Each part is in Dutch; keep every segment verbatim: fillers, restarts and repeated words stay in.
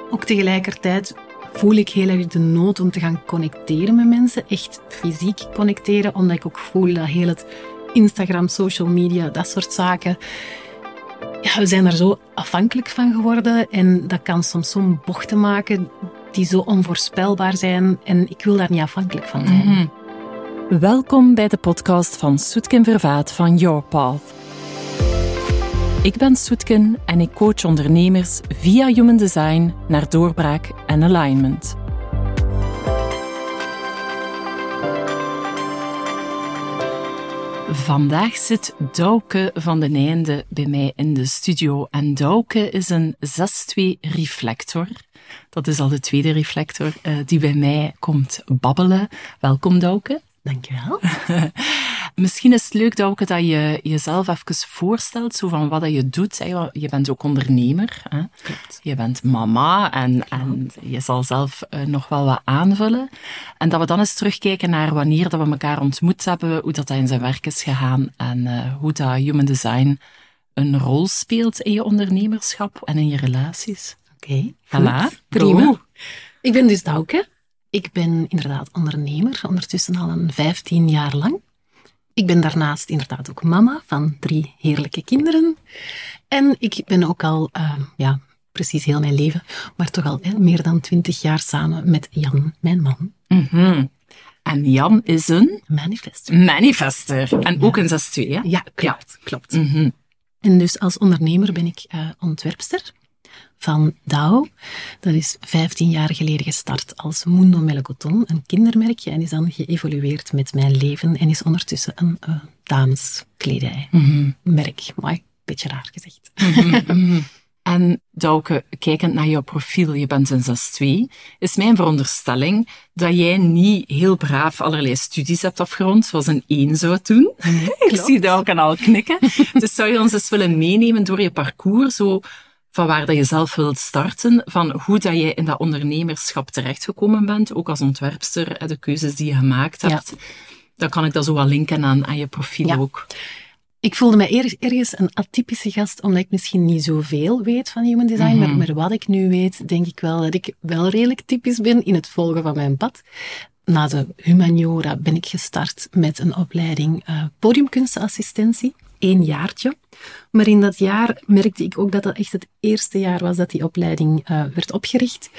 ook tegelijkertijd voel ik heel erg de nood om te gaan connecteren met mensen. Echt fysiek connecteren, omdat ik ook voel dat heel het Instagram, social media, dat soort zaken... Ja, we zijn er zo afhankelijk van geworden en dat kan soms zo'n bochten maken die zo onvoorspelbaar zijn en ik wil daar niet afhankelijk van zijn. Mm-hmm. Welkom bij de podcast van Soetken Vervaat van Your Path. Ik ben Soetken en ik coach ondernemers via Human Design naar doorbraak en alignment. Vandaag zit Douke van den Einde bij mij in de studio. En Douke is een zes twee reflector. Dat is al de tweede reflector uh, die bij mij komt babbelen. Welkom, Douke. Dankjewel. Misschien is het leuk, Douke, dat je jezelf even voorstelt, zo van wat je doet. Je bent ook ondernemer. Hè? Klopt. Je bent mama en, en je zal zelf uh, nog wel wat aanvullen. En dat we dan eens terugkijken naar wanneer dat we elkaar ontmoet hebben, hoe dat, dat in zijn werk is gegaan en uh, hoe dat Human Design een rol speelt in je ondernemerschap en in je relaties. Oké, okay, voilà. Prima. Go. Ik ben dus Douke. Ik ben inderdaad ondernemer, ondertussen al een vijftien jaar lang. Ik ben daarnaast inderdaad ook mama van drie heerlijke kinderen. En ik ben ook al, uh, ja, precies heel mijn leven, maar toch al eh, meer dan twintig jaar samen met Jan, mijn man. Mm-hmm. En Jan is een? Manifester. Manifester. En ook ja. een zes twee, hè? Ja, klopt. Ja. klopt. Mm-hmm. En dus als ondernemer ben ik uh, ontwerpster van Douw. Dat is vijftien jaar geleden gestart als Mundo Melocotón, een kindermerkje, en is dan geëvolueerd met mijn leven en is ondertussen een uh, dameskledijmerk. Mm-hmm. Maar beetje raar gezegd. Mm-hmm. Mm-hmm. En Douke, kijkend naar jouw profiel, je bent een zes twee, is mijn veronderstelling dat jij niet heel braaf allerlei studies hebt afgerond, zoals een één zou doen. Nee, ik zie Douke al knikken. Dus zou je ons eens willen meenemen door je parcours, zo van waar dat je zelf wilt starten, van hoe dat je in dat ondernemerschap terechtgekomen bent, ook als ontwerpster, de keuzes die je gemaakt hebt. Ja. Dan kan ik dat zo wel linken aan, aan je profiel ja. ook. Ik voelde mij er, ergens een atypische gast, omdat ik misschien niet zoveel weet van Human Design, mm-hmm. maar, maar wat ik nu weet, denk ik wel dat ik wel redelijk typisch ben in het volgen van mijn pad. Na de humaniora ben ik gestart met een opleiding uh, podiumkunstenassistentie. Eén jaartje. Maar in dat jaar merkte ik ook dat dat echt het eerste jaar was dat die opleiding uh, werd opgericht.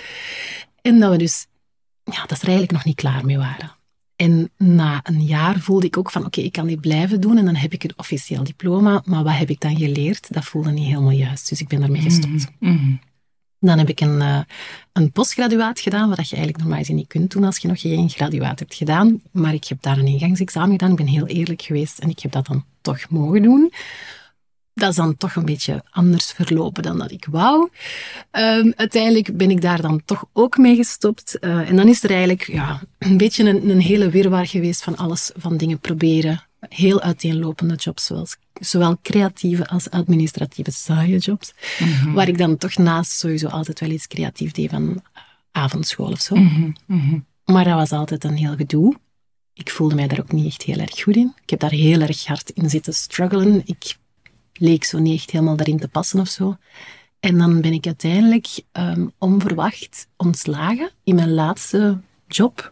En dat we dus, ja, dat er eigenlijk nog niet klaar mee waren. En na een jaar voelde ik ook van, oké, okay, ik kan dit blijven doen en dan heb ik een officieel diploma. Maar wat heb ik dan geleerd? Dat voelde niet helemaal juist. Dus ik ben daarmee gestopt. Mm-hmm. Dan heb ik een, uh, een postgraduaat gedaan, wat je eigenlijk normaal gezien niet kunt doen als je nog geen graduaat hebt gedaan. Maar ik heb daar een ingangsexamen gedaan. Ik ben heel eerlijk geweest en ik heb dat dan toch mogen doen. Dat is dan toch een beetje anders verlopen dan dat ik wou. Um, uiteindelijk ben ik daar dan toch ook mee gestopt. Uh, en dan is er eigenlijk ja, een beetje een, een hele wirwar geweest van alles, van dingen proberen. Heel uiteenlopende jobs, zoals, zowel creatieve als administratieve saaie jobs. Mm-hmm. Waar ik dan toch naast sowieso altijd wel iets creatief deed van avondschool of zo. Mm-hmm. Mm-hmm. Maar dat was altijd een heel gedoe. Ik voelde mij daar ook niet echt heel erg goed in. Ik heb daar heel erg hard in zitten struggelen. Ik leek zo niet echt helemaal daarin te passen of zo. En dan ben ik uiteindelijk um, onverwacht ontslagen in mijn laatste job.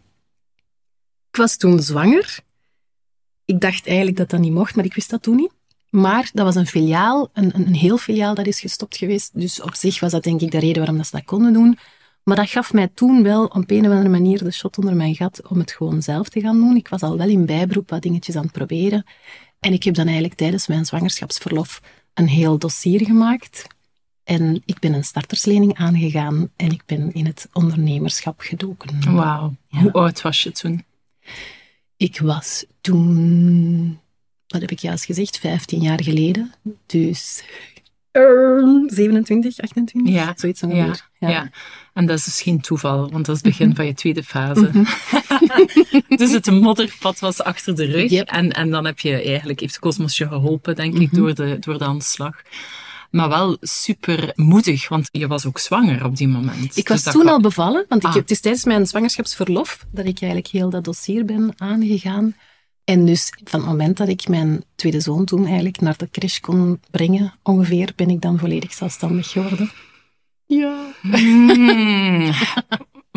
Ik was toen zwanger. Ik dacht eigenlijk dat dat niet mocht, maar ik wist dat toen niet. Maar dat was een filiaal, een, een heel filiaal dat is gestopt geweest. Dus op zich was dat denk ik de reden waarom dat ze dat konden doen. Maar dat gaf mij toen wel op een of andere manier de shot onder mijn gat om het gewoon zelf te gaan doen. Ik was al wel in bijberoep wat dingetjes aan het proberen. En ik heb dan eigenlijk tijdens mijn zwangerschapsverlof een heel dossier gemaakt. En ik ben een starterslening aangegaan en ik ben in het ondernemerschap gedoken. Wauw. Ja. Hoe oud was je toen? Ik was toen, wat heb ik juist gezegd, vijftien jaar geleden. Dus uh, zevenentwintig, achtentwintig, ja. zoiets ongeveer. Ja. Ja. ja, en dat is dus geen toeval, want dat is het begin mm-hmm. van je tweede fase. Mm-hmm. Dus het modderpad was achter de rug. Yep. En, en dan heb je eigenlijk, heeft de kosmos je geholpen, denk mm-hmm. ik, door de, door de aanslag. Maar wel super moedig, want je was ook zwanger op die moment. Ik was dus toen kwam... al bevallen, want ik, ah. het is tijdens mijn zwangerschapsverlof dat ik eigenlijk heel dat dossier ben aangegaan. En dus van het moment dat ik mijn tweede zoon toen eigenlijk naar de crash kon brengen, ongeveer, ben ik dan volledig zelfstandig geworden. Ja. Mm.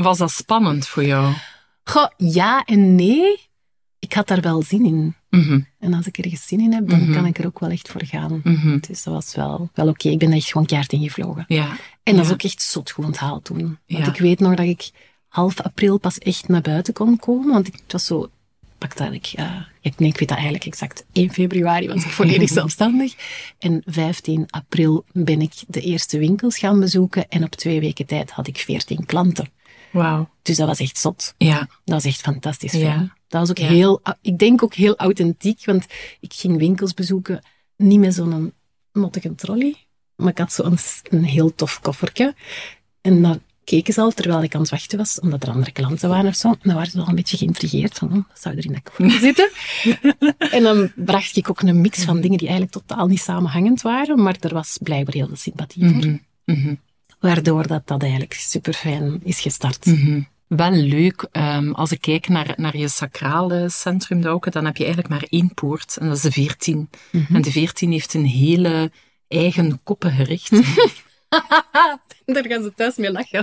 was dat spannend voor jou? Goh, ja en nee. Ik had daar wel zin in. Mm-hmm. En als ik ergens zin in heb, dan Mm-hmm. kan ik er ook wel echt voor gaan. Mm-hmm. Dus dat was wel, wel oké. Okay. Ik ben er echt gewoon keihard ingevlogen. Ja. En dat is ja. ook echt zot goed onthaald toen. Want Ja. ik weet nog dat ik half april pas echt naar buiten kon komen. Want ik, het was zo... Pak dat ik... Uh, ik, nee, ik weet dat eigenlijk exact. één februari was ik volledig zelfstandig. En vijftien april ben ik de eerste winkels gaan bezoeken. En op twee weken tijd had ik veertien klanten. Wauw. Dus dat was echt zot. Ja. Dat was echt fantastisch fijn. Ja. Dat was ook Ja. heel... Ik denk ook heel authentiek. Want ik ging winkels bezoeken. Niet met zo'n mottige trolley. Maar ik had zo'n een heel tof koffertje. En dan keken ze al terwijl ik aan het wachten was, omdat er andere klanten waren of zo. En dan waren ze wel een beetje geïntrigeerd van, hm, wat zou er in dat koffertje zitten? En dan bracht ik ook een mix van dingen die eigenlijk totaal niet samenhangend waren, maar er was blijkbaar heel veel sympathie voor. Mm-hmm. Mm-hmm. Waardoor dat, dat eigenlijk super fijn is gestart. Mm-hmm. Wel leuk. Um, als ik kijk naar, naar je sacrale centrum, Douke, dan heb je eigenlijk maar één poort. En dat is de veertien. Mm-hmm. En de veertien heeft een hele eigen koppengericht. Daar gaan ze thuis mee lachen.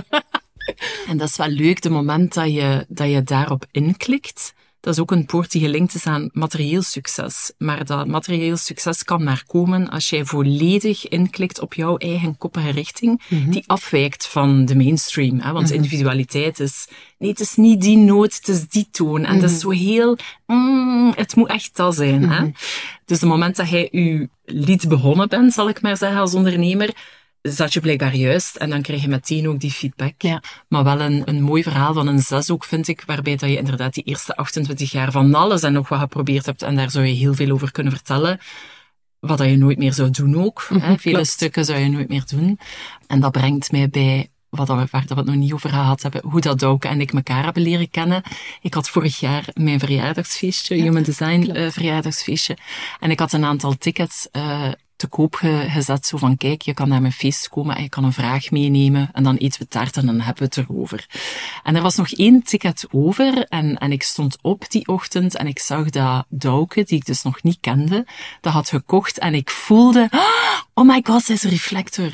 En dat is wel leuk, de moment dat je, dat je daarop inklikt. Dat is ook een poort die gelinkt is aan materieel succes. Maar dat materieel succes kan maar komen als jij volledig inklikt op jouw eigen koppige richting, mm-hmm. die afwijkt van de mainstream. Hè? Want mm-hmm. individualiteit is, nee, het is niet die noot, het is die toon. En mm-hmm. dat is zo heel, mm, het moet echt dat zijn. Mm-hmm. Hè? Dus het moment dat jij je lied begonnen bent, zal ik maar zeggen, als ondernemer, zat je blijkbaar juist en dan krijg je meteen ook die feedback. Ja. Maar wel een, een mooi verhaal van een zes ook, vind ik, waarbij dat je inderdaad die eerste achtentwintig jaar van alles en nog wat geprobeerd hebt en daar zou je heel veel over kunnen vertellen. Wat dat je nooit meer zou doen ook. Mm-hmm, hè. Vele klopt. stukken zou je nooit meer doen. En dat brengt mij bij wat dat we, waar dat we het nog niet over gehad hebben, hoe dat Douke en ik elkaar hebben leren kennen. Ik had vorig jaar mijn verjaardagsfeestje, ja, Human Design uh, verjaardagsfeestje. En ik had een aantal tickets uh, te koop ge- gezet, zo van kijk, je kan naar mijn feest komen en je kan een vraag meenemen en dan eten we taart en dan hebben we het erover. En er was nog één ticket over en, en ik stond op die ochtend en ik zag dat Douke, die ik dus nog niet kende, dat had gekocht en ik voelde, oh my god, ze is een reflector.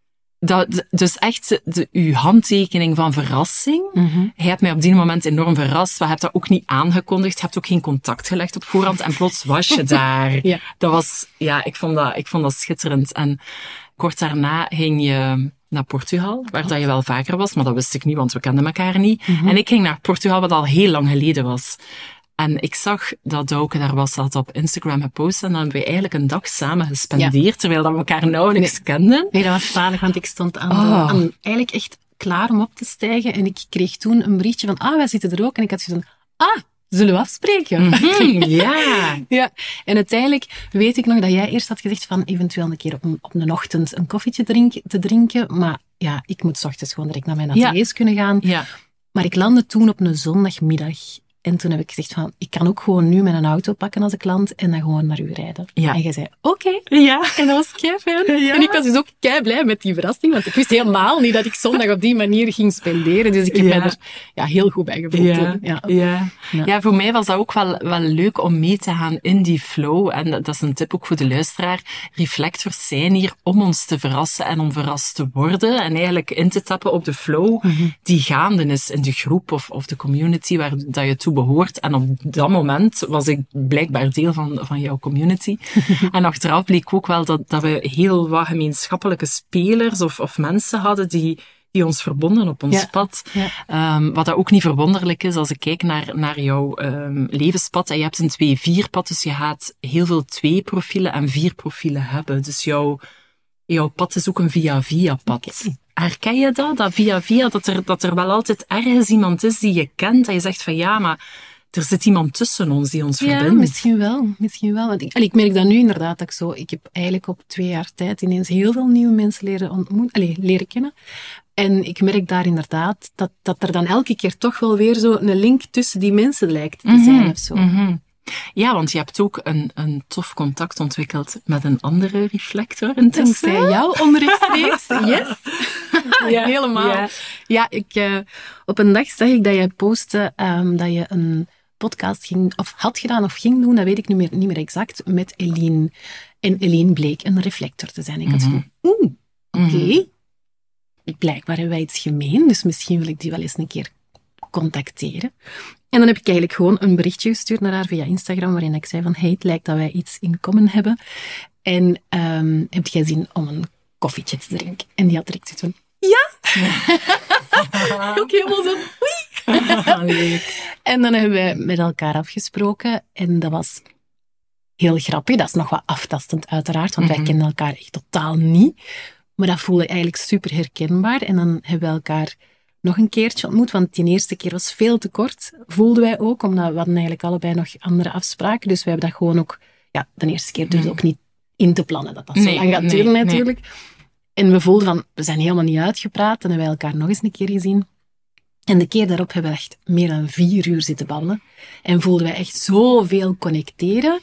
Dat, dus echt de, uw handtekening van verrassing. Mm-hmm. Hij hebt mij op die moment enorm verrast. We hebben dat ook niet aangekondigd. Je hebt ook geen contact gelegd op voorhand. En plots was je daar. Ja. Dat was, ja, ik vond dat, ik vond dat schitterend. En kort daarna ging je naar Portugal, waar dat je wel vaker was. Maar dat wist ik niet, want we kenden elkaar niet. Mm-hmm. En ik ging naar Portugal, wat al heel lang geleden was. En ik zag dat Douke daar was, dat op Instagram gepost. En dan hebben we eigenlijk een dag samen gespendeerd, ja. terwijl dat we elkaar nauwelijks nee. kenden. Nee, dat was zalig, want ik stond aan, oh. de, aan eigenlijk echt klaar om op te stijgen. En ik kreeg toen een berichtje van, ah, wij zitten er ook. En ik had zoiets van, ah, zullen we afspreken? Mm-hmm, ja. ja. En uiteindelijk weet ik nog dat jij eerst had gezegd van eventueel een keer op een, op een ochtend een koffietje drink, te drinken. Maar ja, ik moet 's ochtends gewoon direct naar mijn ateliers ja. kunnen gaan. Ja. Maar ik landde toen op een zondagmiddag. En toen heb ik gezegd van, ik kan ook gewoon nu mijn auto pakken als een klant en dan gewoon naar u rijden. Ja. En jij zei, oké. Okay. Ja. En dat was kei fijn. Ja. En ik was dus ook kei blij met die verrassing, want ik wist helemaal niet dat ik zondag op die manier ging spenderen. Dus ik heb ja. mij er ja, heel goed bij gevoeld. Ja. Ja. Ja. Ja. ja, voor mij was dat ook wel, wel leuk om mee te gaan in die flow. En dat is een tip ook voor de luisteraar. Reflectors zijn hier om ons te verrassen en om verrast te worden. En eigenlijk in te tappen op de flow mm-hmm. die gaande is in de groep of, of de community waar dat je toe behoort. En op dat moment was ik blijkbaar deel van, van jouw community. En achteraf bleek ook wel dat, dat we heel wat gemeenschappelijke spelers of, of mensen hadden die, die ons verbonden op ons ja. pad. Ja. Um, wat dat ook niet verwonderlijk is als ik kijk naar, naar jouw um, levenspad. En je hebt een twee vier pad, dus je gaat heel veel twee profielen en vier profielen hebben. Dus jouw, jouw pad is ook een via-via pad. Okay. Herken je dat? Dat via-via, dat er, dat er wel altijd ergens iemand is die je kent. Dat je zegt van ja, maar er zit iemand tussen ons die ons ja, verbindt. Misschien wel, misschien wel. Want ik, allee, ik merk dat nu inderdaad dat ik zo... Ik heb eigenlijk op twee jaar tijd ineens heel veel nieuwe mensen leren ontmoeten, allee, leren kennen. En ik merk daar inderdaad dat, dat er dan elke keer toch wel weer zo een link tussen die mensen lijkt te zijn mm-hmm, of zo. Mm-hmm. Ja, want je hebt ook een, een tof contact ontwikkeld met een andere reflector intussen. Dankzij jou onrechtstreeks, yes. Ja, helemaal. Ja, ja ik, uh, op een dag zag ik dat je postte um, dat je een podcast ging, of had gedaan of ging doen, dat weet ik niet meer, niet meer exact, met Eline. En Eline bleek een reflector te zijn. Ik had mm-hmm. van, oeh, oké. Okay. Mm-hmm. Blijkbaar hebben wij iets gemeen, dus misschien wil ik die wel eens een keer contacteren. En dan heb ik eigenlijk gewoon een berichtje gestuurd naar haar via Instagram, waarin ik zei van, hey, het lijkt dat wij iets in common hebben. En um, heb jij zin om een koffietje te drinken? En die had direct zoiets van, ja! Ook helemaal zo, oei! En dan hebben wij met elkaar afgesproken. En dat was heel grappig. Dat is nog wat aftastend uiteraard, want mm-hmm. wij kennen elkaar echt totaal niet. Maar dat voelde eigenlijk super herkenbaar. En dan hebben we elkaar nog een keertje ontmoet, want die eerste keer was veel te kort, voelden wij ook, omdat we hadden eigenlijk allebei nog andere afspraken. Dus we hebben dat gewoon ook, ja, de eerste keer dus ook niet in te plannen, dat dat zo nee, lang gaat nee, duren natuurlijk. Nee. En we voelden van, we zijn helemaal niet uitgepraat en hebben wij elkaar nog eens een keer gezien. En de keer daarop hebben we echt meer dan vier uur zitten babbelen. En voelden wij echt zoveel connecteren.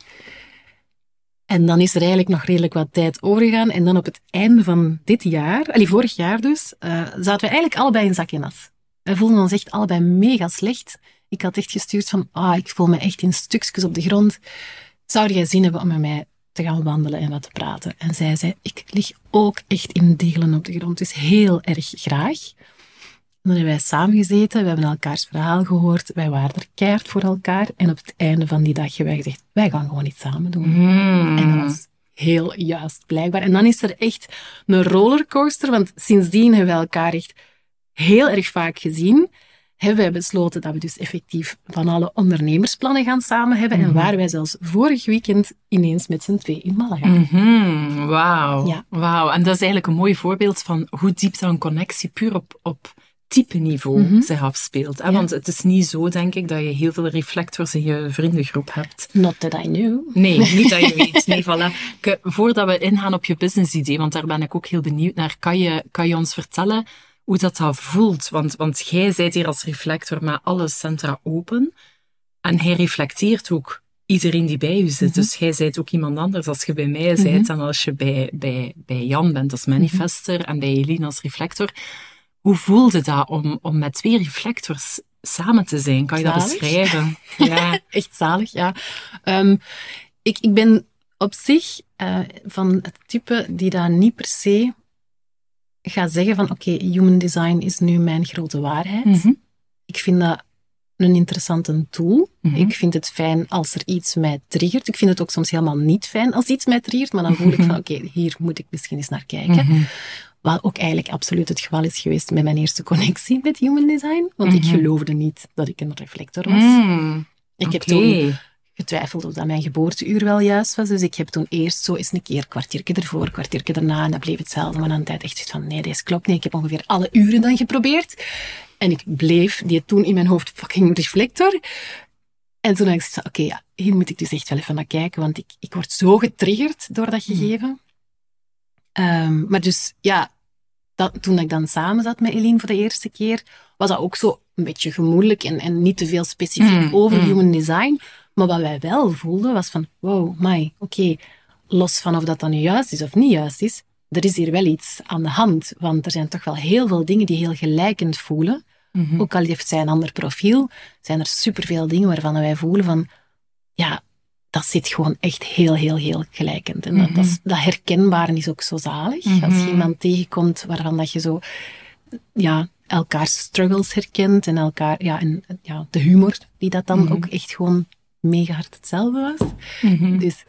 En dan is er eigenlijk nog redelijk wat tijd overgegaan. En dan op het einde van dit jaar, allee, vorig jaar dus, uh, zaten we eigenlijk allebei in zak en as. We voelden ons echt allebei mega slecht. Ik had echt gestuurd van, ah, ik voel me echt in stukjes op de grond. Zou jij zin hebben om met mij te gaan wandelen en wat te praten? En zij zei, ik lig ook echt in delen op de grond, dus heel erg graag. En dan hebben wij samengezeten, we hebben elkaars verhaal gehoord, wij waren er keihard voor elkaar. En op het einde van die dag hebben wij gezegd, wij gaan gewoon iets samen doen. Mm. En dat was heel juist, blijkbaar. En dan is er echt een rollercoaster, want sindsdien hebben we elkaar echt heel erg vaak gezien. Hebben wij besloten dat we dus effectief van alle ondernemersplannen gaan samen hebben. Mm-hmm. En waren wij zelfs vorig weekend ineens met z'n twee in Malaga. Mm-hmm. Wauw. Ja. Wauw. En dat is eigenlijk een mooi voorbeeld van hoe diep dan een connectie puur op, op type niveau mm-hmm. zich afspeelt. Hè? Ja. Want het is niet zo, denk ik, dat je heel veel reflectors in je vriendengroep hebt. Not that I knew. Nee, niet dat je weet. Nee, voilà. Ke, voordat we ingaan op je businessidee, want daar ben ik ook heel benieuwd naar, kan je, kan je ons vertellen hoe dat, dat voelt? Want, want jij bent hier als reflector met alle centra open. En hij reflecteert ook iedereen die bij u zit. Mm-hmm. Dus jij bent ook iemand anders als je bij mij bent mm-hmm. dan als je bij, bij, bij Jan bent als manifester mm-hmm. en bij Eline als reflector. Hoe voelde dat om, om met twee reflectors samen te zijn? Kan je zalig. Dat beschrijven? Ja. Echt zalig, ja. Um, ik, ik ben op zich uh, van het type die dat niet per se gaat zeggen van oké, okay, human design is nu mijn grote waarheid. Mm-hmm. Ik vind dat een interessante tool. Mm-hmm. Ik vind het fijn als er iets mij triggert. Ik vind het ook soms helemaal niet fijn als iets mij triggert, maar dan voel ik van oké, okay, hier moet ik misschien eens naar kijken. Mm-hmm. Wat ook eigenlijk absoluut het geval is geweest met mijn eerste connectie met human design. Want mm-hmm. ik geloofde niet dat ik een reflector was. Mm, ik okay. heb toen getwijfeld of dat mijn geboorteuur wel juist was. Dus ik heb toen eerst zo eens een keer kwartiertje ervoor, kwartiertje erna. En dat bleef hetzelfde. Maar aan de tijd echt zoiets van, nee, deze klopt niet. Ik heb ongeveer alle uren dan geprobeerd. En ik bleef die toen in mijn hoofd fucking reflector. En toen dacht ik, oké, okay, ja, hier moet ik dus echt wel even naar kijken. Want ik, ik word zo getriggerd door dat gegeven. Mm. Um, maar dus, ja, dat, toen ik dan samen zat met Eline voor de eerste keer, was dat ook zo een beetje gemoedelijk en, en niet te veel specifiek mm, over mm. human design. Maar wat wij wel voelden, was van, wow, my, oké, okay, los van of dat dan nu juist is of niet juist is, er is hier wel iets aan de hand. Want er zijn toch wel heel veel dingen die heel gelijkend voelen. Mm-hmm. Ook al heeft zij een ander profiel, zijn er superveel dingen waarvan wij voelen van, ja, dat zit gewoon echt heel, heel, heel gelijkend. En mm-hmm. dat, dat, dat herkenbare is ook zo zalig. Mm-hmm. Als je iemand tegenkomt waarvan dat je zo, ja, elkaars struggles herkent en elkaar, ja, en ja, de humor, die dat dan mm-hmm. ook echt gewoon mega hard hetzelfde was. Mm-hmm. Dus,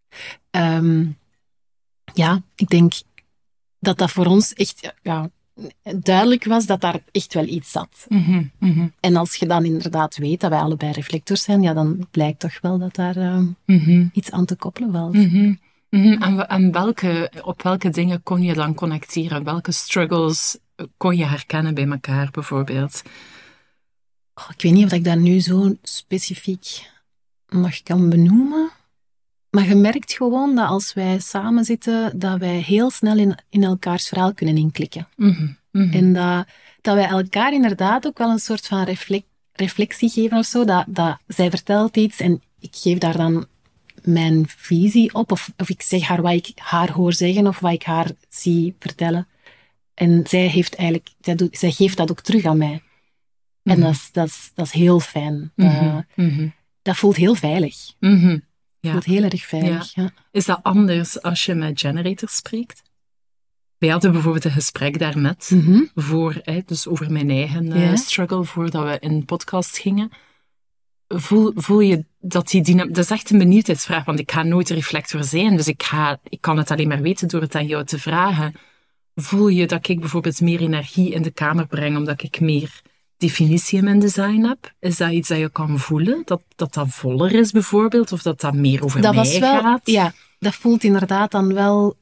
um, ja, ik denk dat dat voor ons echt, ja, duidelijk was dat daar echt wel iets zat. Mm-hmm. Mm-hmm. En als je dan inderdaad weet dat wij allebei reflectors zijn, ja, dan blijkt toch wel dat daar uh, mm-hmm. iets aan te koppelen valt. Mm-hmm. Mm-hmm. En, en welke, op welke dingen kon je dan connecteren? Welke struggles kon je herkennen bij elkaar, bijvoorbeeld? Oh, ik weet niet of ik dat nu zo specifiek nog kan benoemen. Maar je merkt gewoon dat als wij samen zitten, dat wij heel snel in, in elkaars verhaal kunnen inklikken. Mm-hmm. Mm-hmm. En dat, dat wij elkaar inderdaad ook wel een soort van reflect, reflectie geven of zo. Dat, dat zij vertelt iets en ik geef daar dan mijn visie op. Of, of ik zeg haar wat ik haar hoor zeggen of wat ik haar zie vertellen. En zij, heeft eigenlijk, zij, doet, zij geeft dat ook terug aan mij. Mm-hmm. En dat is, dat, is, dat is heel fijn. Mm-hmm. Dat, mm-hmm. dat voelt heel veilig. Mm-hmm. Ja. Het voelt heel erg veilig. Ja. Ja. Is dat anders als je met generators spreekt? wij hadden bijvoorbeeld een gesprek daarnet, Mm-hmm. voor, hè, dus over mijn eigen uh, Ja. struggle, voordat we in de podcast gingen. Voel, voel je dat die dynamiek... Dat is echt een benieuwdheidsvraag, want ik ga nooit de reflector zijn, dus ik, ga, ik kan het alleen maar weten door het aan jou te vragen. Voel je dat ik bijvoorbeeld meer energie in de kamer breng, omdat ik meer definitie in mijn design heb? Is dat iets dat je kan voelen? Dat dat, dat voller is bijvoorbeeld? Of dat dat meer over Dat mij was wel, gaat? ja, dat voelt inderdaad dan wel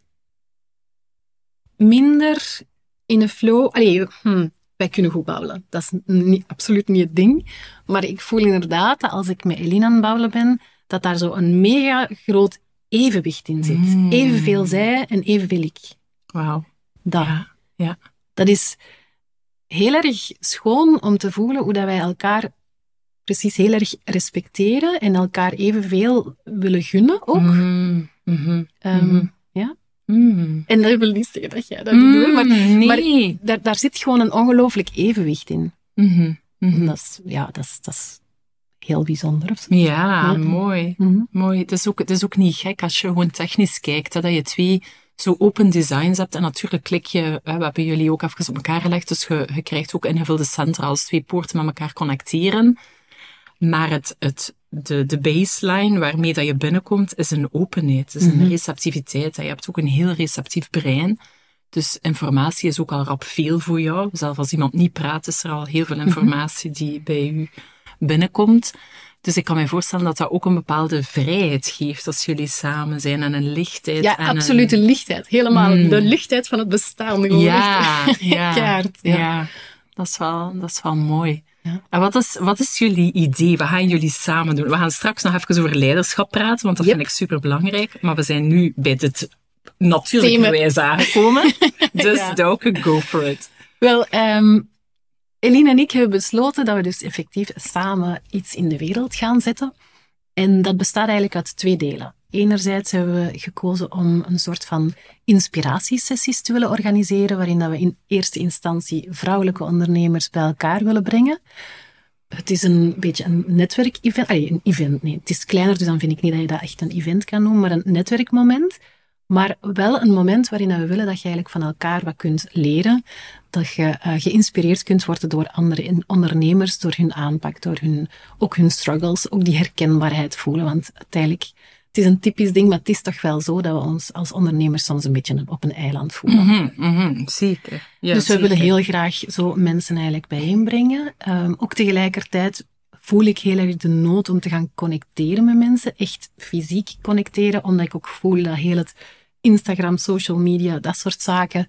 minder in een flow. Allee, hm, wij kunnen goed babbelen. Dat is niet, absoluut niet het ding. Maar ik voel inderdaad dat als ik met Eline aan het babbelen ben, dat daar zo een mega groot evenwicht in zit. Mm. Evenveel zij en evenveel ik. Wauw. Dat. Ja, ja. Dat is heel erg schoon om te voelen hoe dat wij elkaar precies heel erg respecteren en elkaar evenveel willen gunnen ook. Mm, mhm, Ehm, mhm. Ja. Mm. En dat wil niet zeggen dat jij dat niet doet, maar, nee. maar daar, daar zit gewoon een ongelooflijk evenwicht in. Mhm, mhm. En dat is, ja, dat is, dat is heel bijzonder. Of zo. Ja, Ja. mooi. Mhm. mooi. Het is, ook, het is ook niet gek als je gewoon technisch kijkt, hè, dat je twee zo open designs hebt. En natuurlijk klik je, hè, we hebben jullie ook even op elkaar gelegd, dus je, je krijgt ook ingevulde centra als twee poorten met elkaar connecteren. Maar het, het, de, de baseline waarmee dat je binnenkomt, is een openheid, is een Mhm. receptiviteit. En je hebt ook een heel receptief brein. Dus informatie is ook al rap veel voor jou. Zelfs als iemand niet praat, is er al heel veel informatie die bij u binnenkomt. Dus ik kan me voorstellen dat dat ook een bepaalde vrijheid geeft als jullie samen zijn en een lichtheid. Ja, en absolute een... lichtheid. Helemaal Mm. de lichtheid van het bestaan. Gewoon Ja, echt. ja, Keihard, ja. ja. Dat is wel, dat is wel mooi. Ja. En wat is, wat is jullie idee? Wat gaan jullie samen doen? We gaan straks nog even over leiderschap praten, want dat Yep. vind ik superbelangrijk. Maar we zijn nu bij dit natuurlijke Thema. wijze aangekomen. Dus Ja. Douke, go for it. Wel, ehm Eline en ik hebben besloten dat we dus effectief samen iets in de wereld gaan zetten. En dat bestaat eigenlijk uit twee delen. Enerzijds hebben we gekozen om een soort van inspiratiesessies te willen organiseren, waarin dat we in eerste instantie vrouwelijke ondernemers bij elkaar willen brengen. Het is een beetje een netwerkevent. Allee, een event, nee. Het is kleiner, dus dan vind ik niet dat je dat echt een event kan noemen, maar een netwerkmoment. Maar wel een moment waarin we willen dat je eigenlijk van elkaar wat kunt leren. Dat je uh, geïnspireerd kunt worden door andere ondernemers, door hun aanpak, door hun, ook hun struggles, ook die herkenbaarheid voelen. Want uiteindelijk, het is een typisch ding, maar het is toch wel zo dat we ons als ondernemers soms een beetje op een eiland voelen. Mm-hmm, mm-hmm, zeker. Ja, dus we zeker. willen heel graag zo mensen eigenlijk bijeenbrengen. Um, ook tegelijkertijd voel ik heel erg de nood om te gaan connecteren met mensen. Echt fysiek connecteren, omdat ik ook voel dat heel het Instagram, social media, dat soort zaken.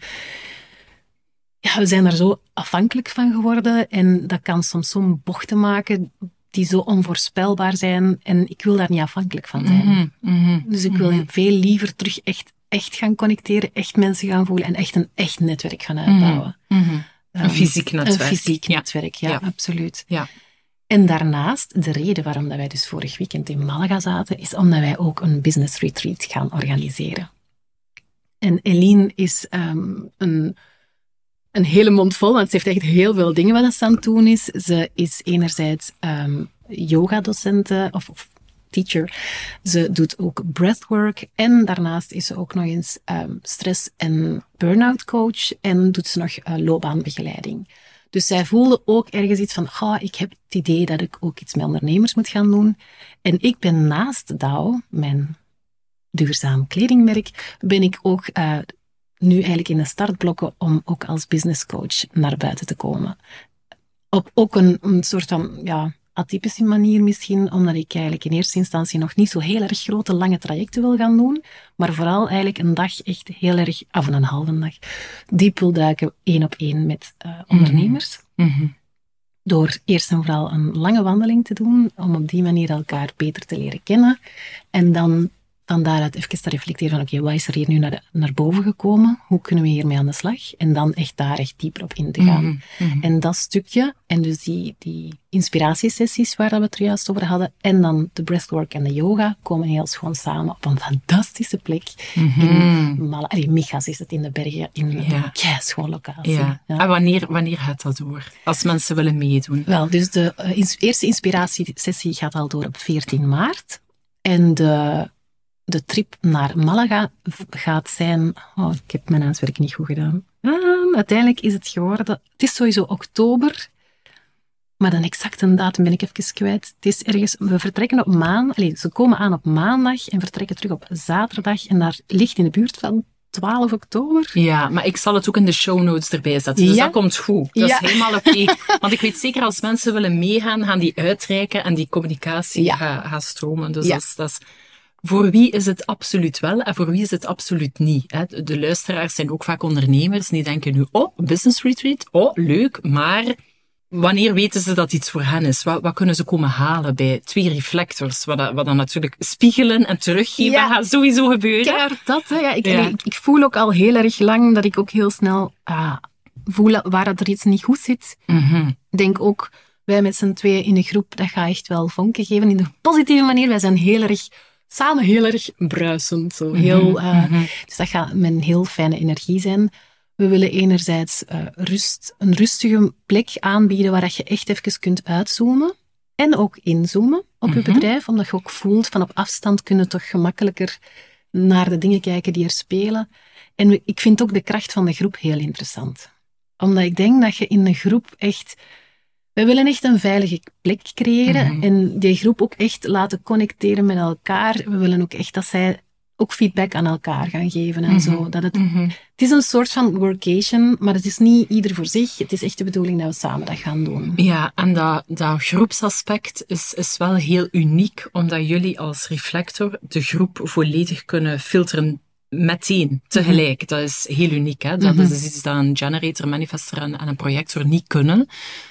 Ja, we zijn daar zo afhankelijk van geworden en dat kan soms zo'n bochten maken die zo onvoorspelbaar zijn en ik wil daar niet afhankelijk van zijn. Mm-hmm, mm-hmm, dus ik wil mm-hmm. veel liever terug echt, echt gaan connecteren, echt mensen gaan voelen en echt een echt netwerk gaan uitbouwen. Mm-hmm. Een Um, fysiek netwerk. Een fysiek ja. netwerk, ja, ja. absoluut. Ja. En daarnaast, de reden waarom dat wij dus vorig weekend in Malaga zaten, is omdat wij ook een business retreat gaan organiseren. En Eline is um, een, een hele mond vol, want ze heeft echt heel veel dingen wat ze aan het doen is. Ze is enerzijds um, yoga-docente of, of teacher. Ze doet ook breathwork en daarnaast is ze ook nog eens um, stress- en burn-out coach en doet ze nog uh, loopbaanbegeleiding. Dus zij voelde ook ergens iets van, oh, ik heb het idee dat ik ook iets met ondernemers moet gaan doen. En ik ben naast Douw, mijn duurzaam kledingmerk, ben ik ook uh, nu eigenlijk in de startblokken om ook als businesscoach naar buiten te komen. Op ook een, een soort van, ja, atypische manier misschien, omdat ik eigenlijk in eerste instantie nog niet zo heel erg grote, lange trajecten wil gaan doen, maar vooral eigenlijk een dag echt heel erg, of een halve dag, diep wil duiken, één op één met uh, ondernemers. Mm-hmm. Door eerst en vooral een lange wandeling te doen, om op die manier elkaar beter te leren kennen. En dan van daaruit even te reflecteren van, oké, okay, wat is er hier nu naar, de, naar boven gekomen? Hoe kunnen we hiermee aan de slag? En dan echt daar echt dieper op in te gaan. Mm-hmm. Mm-hmm. En dat stukje, en dus die, die inspiratiesessies waar we het er juist over hadden, en dan de breathwork en de yoga, komen heel schoon samen op een fantastische plek. Mm-hmm. In Mala, allee, Migas is het in de bergen, in een Ja. keischoon locatie. Ja. Ja. En wanneer, wanneer gaat dat door? Als mensen willen meedoen? Wel, dus de uh, ins- eerste inspiratiesessie gaat al door op veertien maart. En de de trip naar Malaga gaat zijn... Oh, ik heb mijn huiswerk niet goed gedaan. Uh, uiteindelijk is het geworden... Het is sowieso oktober... Maar de exacte datum ben ik even kwijt. Het is ergens, we vertrekken op maandag. Allez, ze komen aan op maandag en vertrekken terug op zaterdag. En daar ligt in de buurt van twaalf oktober. Ja, maar ik zal het ook in de show notes erbij zetten. Dus ja. dat komt goed. Dat ja. is helemaal oké. Okay. Want ik weet zeker, als mensen willen meegaan, gaan die uitreiken en die communicatie ja. gaat ga stromen. Dus ja. dat is, dat is... Voor wie is het absoluut wel en voor wie is het absoluut niet? Hè? De luisteraars zijn ook vaak ondernemers. Die denken nu, oh, business retreat, oh, leuk, maar... Wanneer weten ze dat iets voor hen is? Wat, wat kunnen ze komen halen bij twee reflectors? Wat, wat dan natuurlijk spiegelen en teruggeven ja. gaat sowieso gebeuren. Ja, dat. Hè. Ja, ik, ja. ik, ik voel ook al heel erg lang dat ik ook heel snel ah, voel waar er iets niet goed zit. Mm-hmm. Ik denk ook, wij met z'n tweeën in een groep, dat gaat echt wel vonken geven in een positieve manier. Wij zijn heel erg, samen heel erg bruisend. Zo. Heel, mm-hmm. uh, mm-hmm. Dus dat gaat met een heel fijne energie zijn. We willen enerzijds uh, rust, een rustige plek aanbieden waar je echt even kunt uitzoomen en ook inzoomen op mm-hmm. je bedrijf, omdat je ook voelt van op afstand kunnen toch gemakkelijker naar de dingen kijken die er spelen. En we, ik vind ook de kracht van de groep heel interessant. Omdat ik denk dat je in een groep echt... We willen echt een veilige plek creëren mm-hmm. en die groep ook echt laten connecteren met elkaar. We willen ook echt dat zij... ook feedback aan elkaar gaan geven en mm-hmm. zo. Dat het, mm-hmm. het is een soort van workation, maar het is niet ieder voor zich. Het is echt de bedoeling dat we samen dat gaan doen. Ja, en dat, dat groepsaspect is, is wel heel uniek, omdat jullie als reflector de groep volledig kunnen filteren meteen, tegelijk. Mm-hmm. Dat is heel uniek. Hè? Dat mm-hmm. is iets dat een generator, manifester en, en een projector niet kunnen.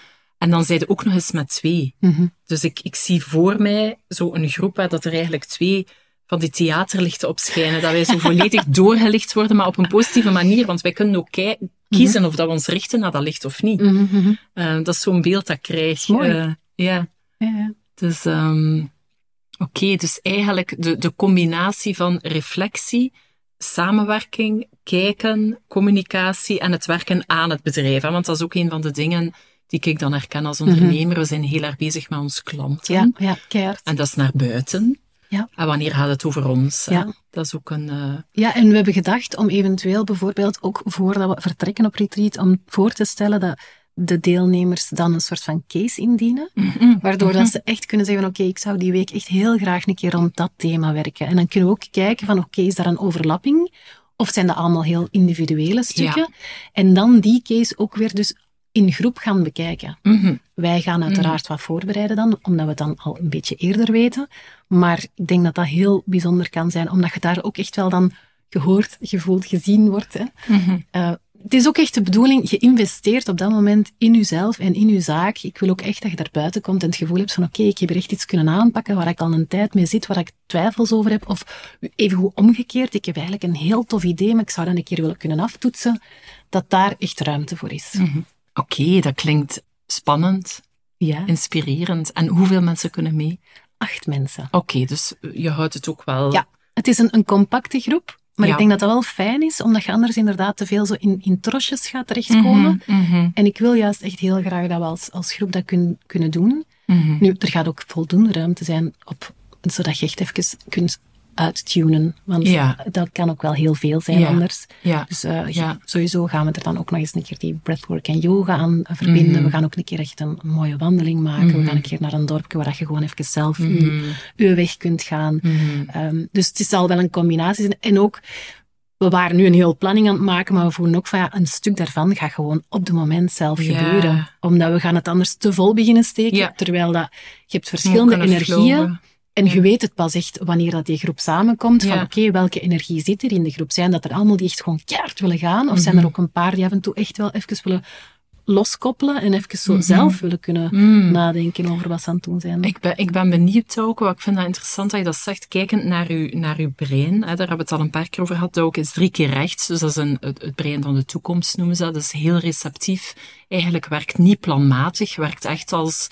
En dan zijn je ook nog eens met twee. Mm-hmm. Dus ik, ik zie voor mij zo een groep waar dat er eigenlijk twee... van die theaterlichten opschijnen, dat wij zo volledig doorgelicht worden, maar op een positieve manier, want wij kunnen ook ki- kiezen mm-hmm. of dat we ons richten naar dat licht of niet. Mm-hmm. Uh, dat is zo'n beeld dat ik krijg. Mooi. Uh, ja. ja. Dus, um, oké, okay, dus eigenlijk de, de combinatie van reflectie, samenwerking, kijken, communicatie en het werken aan het bedrijf. Hè? Want dat is ook een van de dingen die ik dan herken als ondernemer. Mm-hmm. We zijn heel erg bezig met ons klanten. Ja, ja, keihard. En dat is naar buiten. Ja. En wanneer gaat het over ons? Ja. Dat is ook een... Uh... Ja, en we hebben gedacht om eventueel bijvoorbeeld ook voordat we vertrekken op retreat, om voor te stellen dat de deelnemers dan een soort van case indienen, mm-hmm. waardoor mm-hmm. dat ze echt kunnen zeggen, oké, okay, ik zou die week echt heel graag een keer rond dat thema werken. En dan kunnen we ook kijken van, oké, okay, is daar een overlapping? Of zijn dat allemaal heel individuele stukken? Ja. En dan die case ook weer dus in groep gaan bekijken. Mm-hmm. Wij gaan uiteraard mm-hmm. wat voorbereiden dan, omdat we het dan al een beetje eerder weten. Maar ik denk dat dat heel bijzonder kan zijn, omdat je daar ook echt wel dan gehoord, gevoeld, gezien wordt. Hè. Mm-hmm. Uh, het is ook echt de bedoeling, je investeert op dat moment in jezelf en in je zaak. Ik wil ook echt dat je daar buiten komt en het gevoel hebt van oké, okay, ik heb er echt iets kunnen aanpakken waar ik al een tijd mee zit, waar ik twijfels over heb. Of even goed omgekeerd, ik heb eigenlijk een heel tof idee, maar ik zou dat een keer willen kunnen aftoetsen. Dat daar echt ruimte voor is. Mm-hmm. Oké, okay, dat klinkt spannend, ja. inspirerend. En hoeveel mensen kunnen mee? Acht mensen. Oké, okay, dus je houdt het ook wel... Ja, het is een, een compacte groep. Maar ja. ik denk dat dat wel fijn is, omdat je anders inderdaad te veel zo in, in trosjes gaat terechtkomen. Mm-hmm, mm-hmm. En ik wil juist echt heel graag dat we als, als groep dat kun, kunnen doen. Mm-hmm. Nu, er gaat ook voldoende ruimte zijn, op, zodat je echt even kunt uittunen. Want ja. dat kan ook wel heel veel zijn ja. anders. Ja. Dus uh, ja. sowieso gaan we er dan ook nog eens een keer die breathwork en yoga aan verbinden. Mm-hmm. We gaan ook een keer echt een mooie wandeling maken. Mm-hmm. We gaan een keer naar een dorpje waar je gewoon even zelf mm-hmm. je, je weg kunt gaan. Mm-hmm. Um, dus het zal wel een combinatie zijn. En ook... We waren nu een heel planning aan het maken, maar we voelen ook van ja, een stuk daarvan gaat gewoon op het moment zelf ja. gebeuren. Omdat we gaan het anders te vol beginnen steken, ja. terwijl dat, je hebt verschillende energieën flowen. En ja. je weet het pas echt wanneer dat die groep samenkomt, van ja. oké, okay, welke energie zit er in de groep? Zijn dat er allemaal die echt gewoon keihard willen gaan? Of mm-hmm. zijn er ook een paar die af en toe echt wel even willen loskoppelen en even zo mm-hmm. zelf willen kunnen mm. nadenken over wat ze aan het doen zijn. Ik ben, ik ben benieuwd ook, wat ik vind dat interessant dat je dat zegt, kijkend naar uw, naar uw brein, hè, daar hebben we het al een paar keer over gehad, dat ook is drie keer rechts, dus dat is een, het, het brein van de toekomst noemen ze dat, dat is heel receptief, eigenlijk werkt niet planmatig, werkt echt als,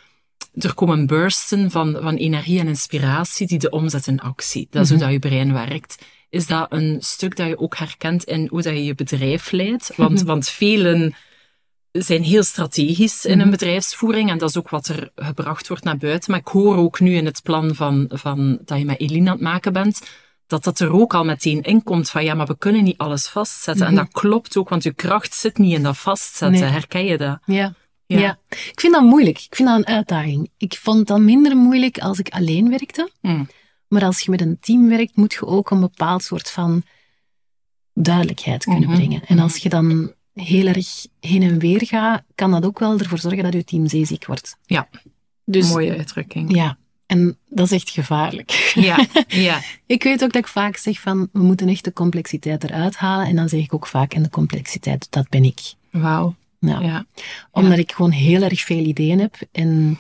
er komen bursten van, van energie en inspiratie die de omzet in actie, dat is mm-hmm. hoe dat je brein werkt. Is dat een stuk dat je ook herkent in hoe dat je je bedrijf leidt? Want, mm-hmm. want velen zijn heel strategisch in een mm-hmm. bedrijfsvoering en dat is ook wat er gebracht wordt naar buiten. Maar ik hoor ook nu in het plan van, van dat je met Eline aan het maken bent, dat dat er ook al meteen in komt van ja, maar we kunnen niet alles vastzetten. Mm-hmm. En dat klopt ook, want je kracht zit niet in dat vastzetten. Nee. Herken je dat? Ja. Ja. ja. Ik vind dat moeilijk. Ik vind dat een uitdaging. Ik vond het dan minder moeilijk als ik alleen werkte. Mm. Maar als je met een team werkt, moet je ook een bepaald soort van duidelijkheid kunnen mm-hmm. brengen. En als je dan heel erg heen en weer gaat, kan dat ook wel ervoor zorgen dat je team zeeziek wordt. Ja, dus, mooie uitdrukking. Ja, en dat is echt gevaarlijk. Ja, ja. Ik weet ook dat ik vaak zeg van, we moeten echt de complexiteit eruit halen. En dan zeg ik ook vaak, en de complexiteit, dat ben ik. Wauw. Ja. Ja. Omdat ja. ik gewoon heel erg veel ideeën heb. En,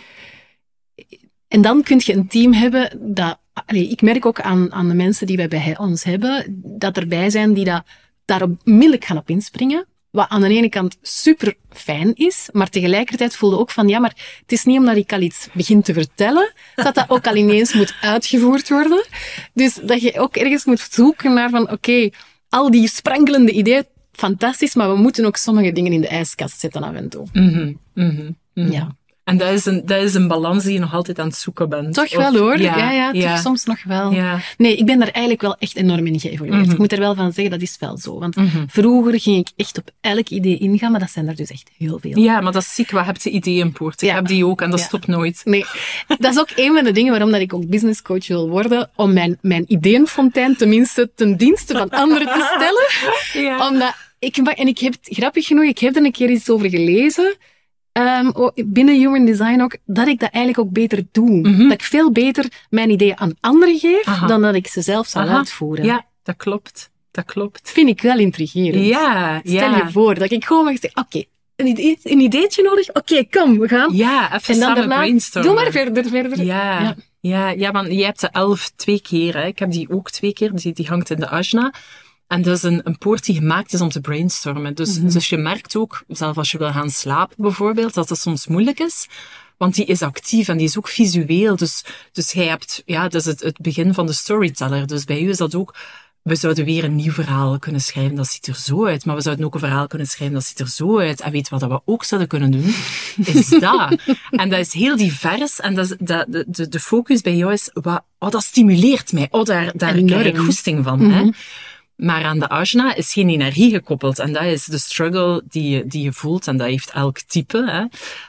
en dan kun je een team hebben dat... Allee, ik merk ook aan, aan de mensen die wij bij ons hebben, dat erbij zijn die dat, daar onmiddellijk gaan op inspringen. Wat aan de ene kant super fijn is, maar tegelijkertijd voelde ook van, ja, maar het is niet omdat ik al iets begin te vertellen, dat dat ook al ineens moet uitgevoerd worden. Dus dat je ook ergens moet zoeken naar van, oké, okay, al die sprankelende ideeën, fantastisch, maar we moeten ook sommige dingen in de ijskast zetten af en toe. Mm-hmm, mm-hmm, mm-hmm. Ja. En dat is, een, dat is een balans die je nog altijd aan het zoeken bent. Toch wel of, hoor. Ja, ja, ja, toch ja. soms nog wel. Ja. Nee, ik ben daar eigenlijk wel echt enorm in geëvolueerd. Mm-hmm. Ik moet er wel van zeggen, dat is wel zo. Want mm-hmm. vroeger ging ik echt op elk idee ingaan, maar dat zijn er dus echt heel veel. Ja, maar dat is ziek. Wat heb je ideeënpoort? Ik ja. heb die ook en dat ja. stopt nooit. Nee, dat is ook een van de dingen waarom dat ik ook businesscoach wil worden. Om mijn, mijn ideeënfontein tenminste ten dienste van anderen te stellen. Ja. Omdat ik, en ik heb, grappig genoeg, ik heb er een keer iets over gelezen. Um, binnen Human Design ook, dat ik dat eigenlijk ook beter doe. Mm-hmm. Dat ik veel beter mijn ideeën aan anderen geef, Aha. dan dat ik ze zelf zal Aha. uitvoeren. Ja, dat klopt. Dat klopt. Vind ik wel intrigerend. Ja, Stel ja. je voor dat ik gewoon mag zeggen, oké, okay, een, idee, een ideetje nodig? Oké, okay, kom, we gaan. Ja, even en dan samen daarna, brainstormen. Doe maar verder, verder. Ja, ja. ja, ja want jij hebt de elf twee keer. Hè. Ik heb die ook twee keer, die, die hangt in de ajna. En dat is een, een poort die gemaakt is om te brainstormen. Dus, mm-hmm. dus je merkt ook, zelfs als je wil gaan slapen bijvoorbeeld, dat het soms moeilijk is. Want die is actief en die is ook visueel. Dus, dus jij hebt, ja, dat is het, het begin van de storyteller. Dus bij u is dat ook, we zouden weer een nieuw verhaal kunnen schrijven, dat ziet er zo uit. Maar we zouden ook een verhaal kunnen schrijven, dat ziet er zo uit. En weet wat we ook zouden kunnen doen? Is dat. En dat is heel divers. En dat is, dat, de, de, de focus bij jou is, wat, oh, dat stimuleert mij. Oh, daar, daar krijg ik goesting van. Mm-hmm. Hè? Maar aan de ajna is geen energie gekoppeld. En dat is de struggle die je, die je voelt. En dat heeft elk type. Hè.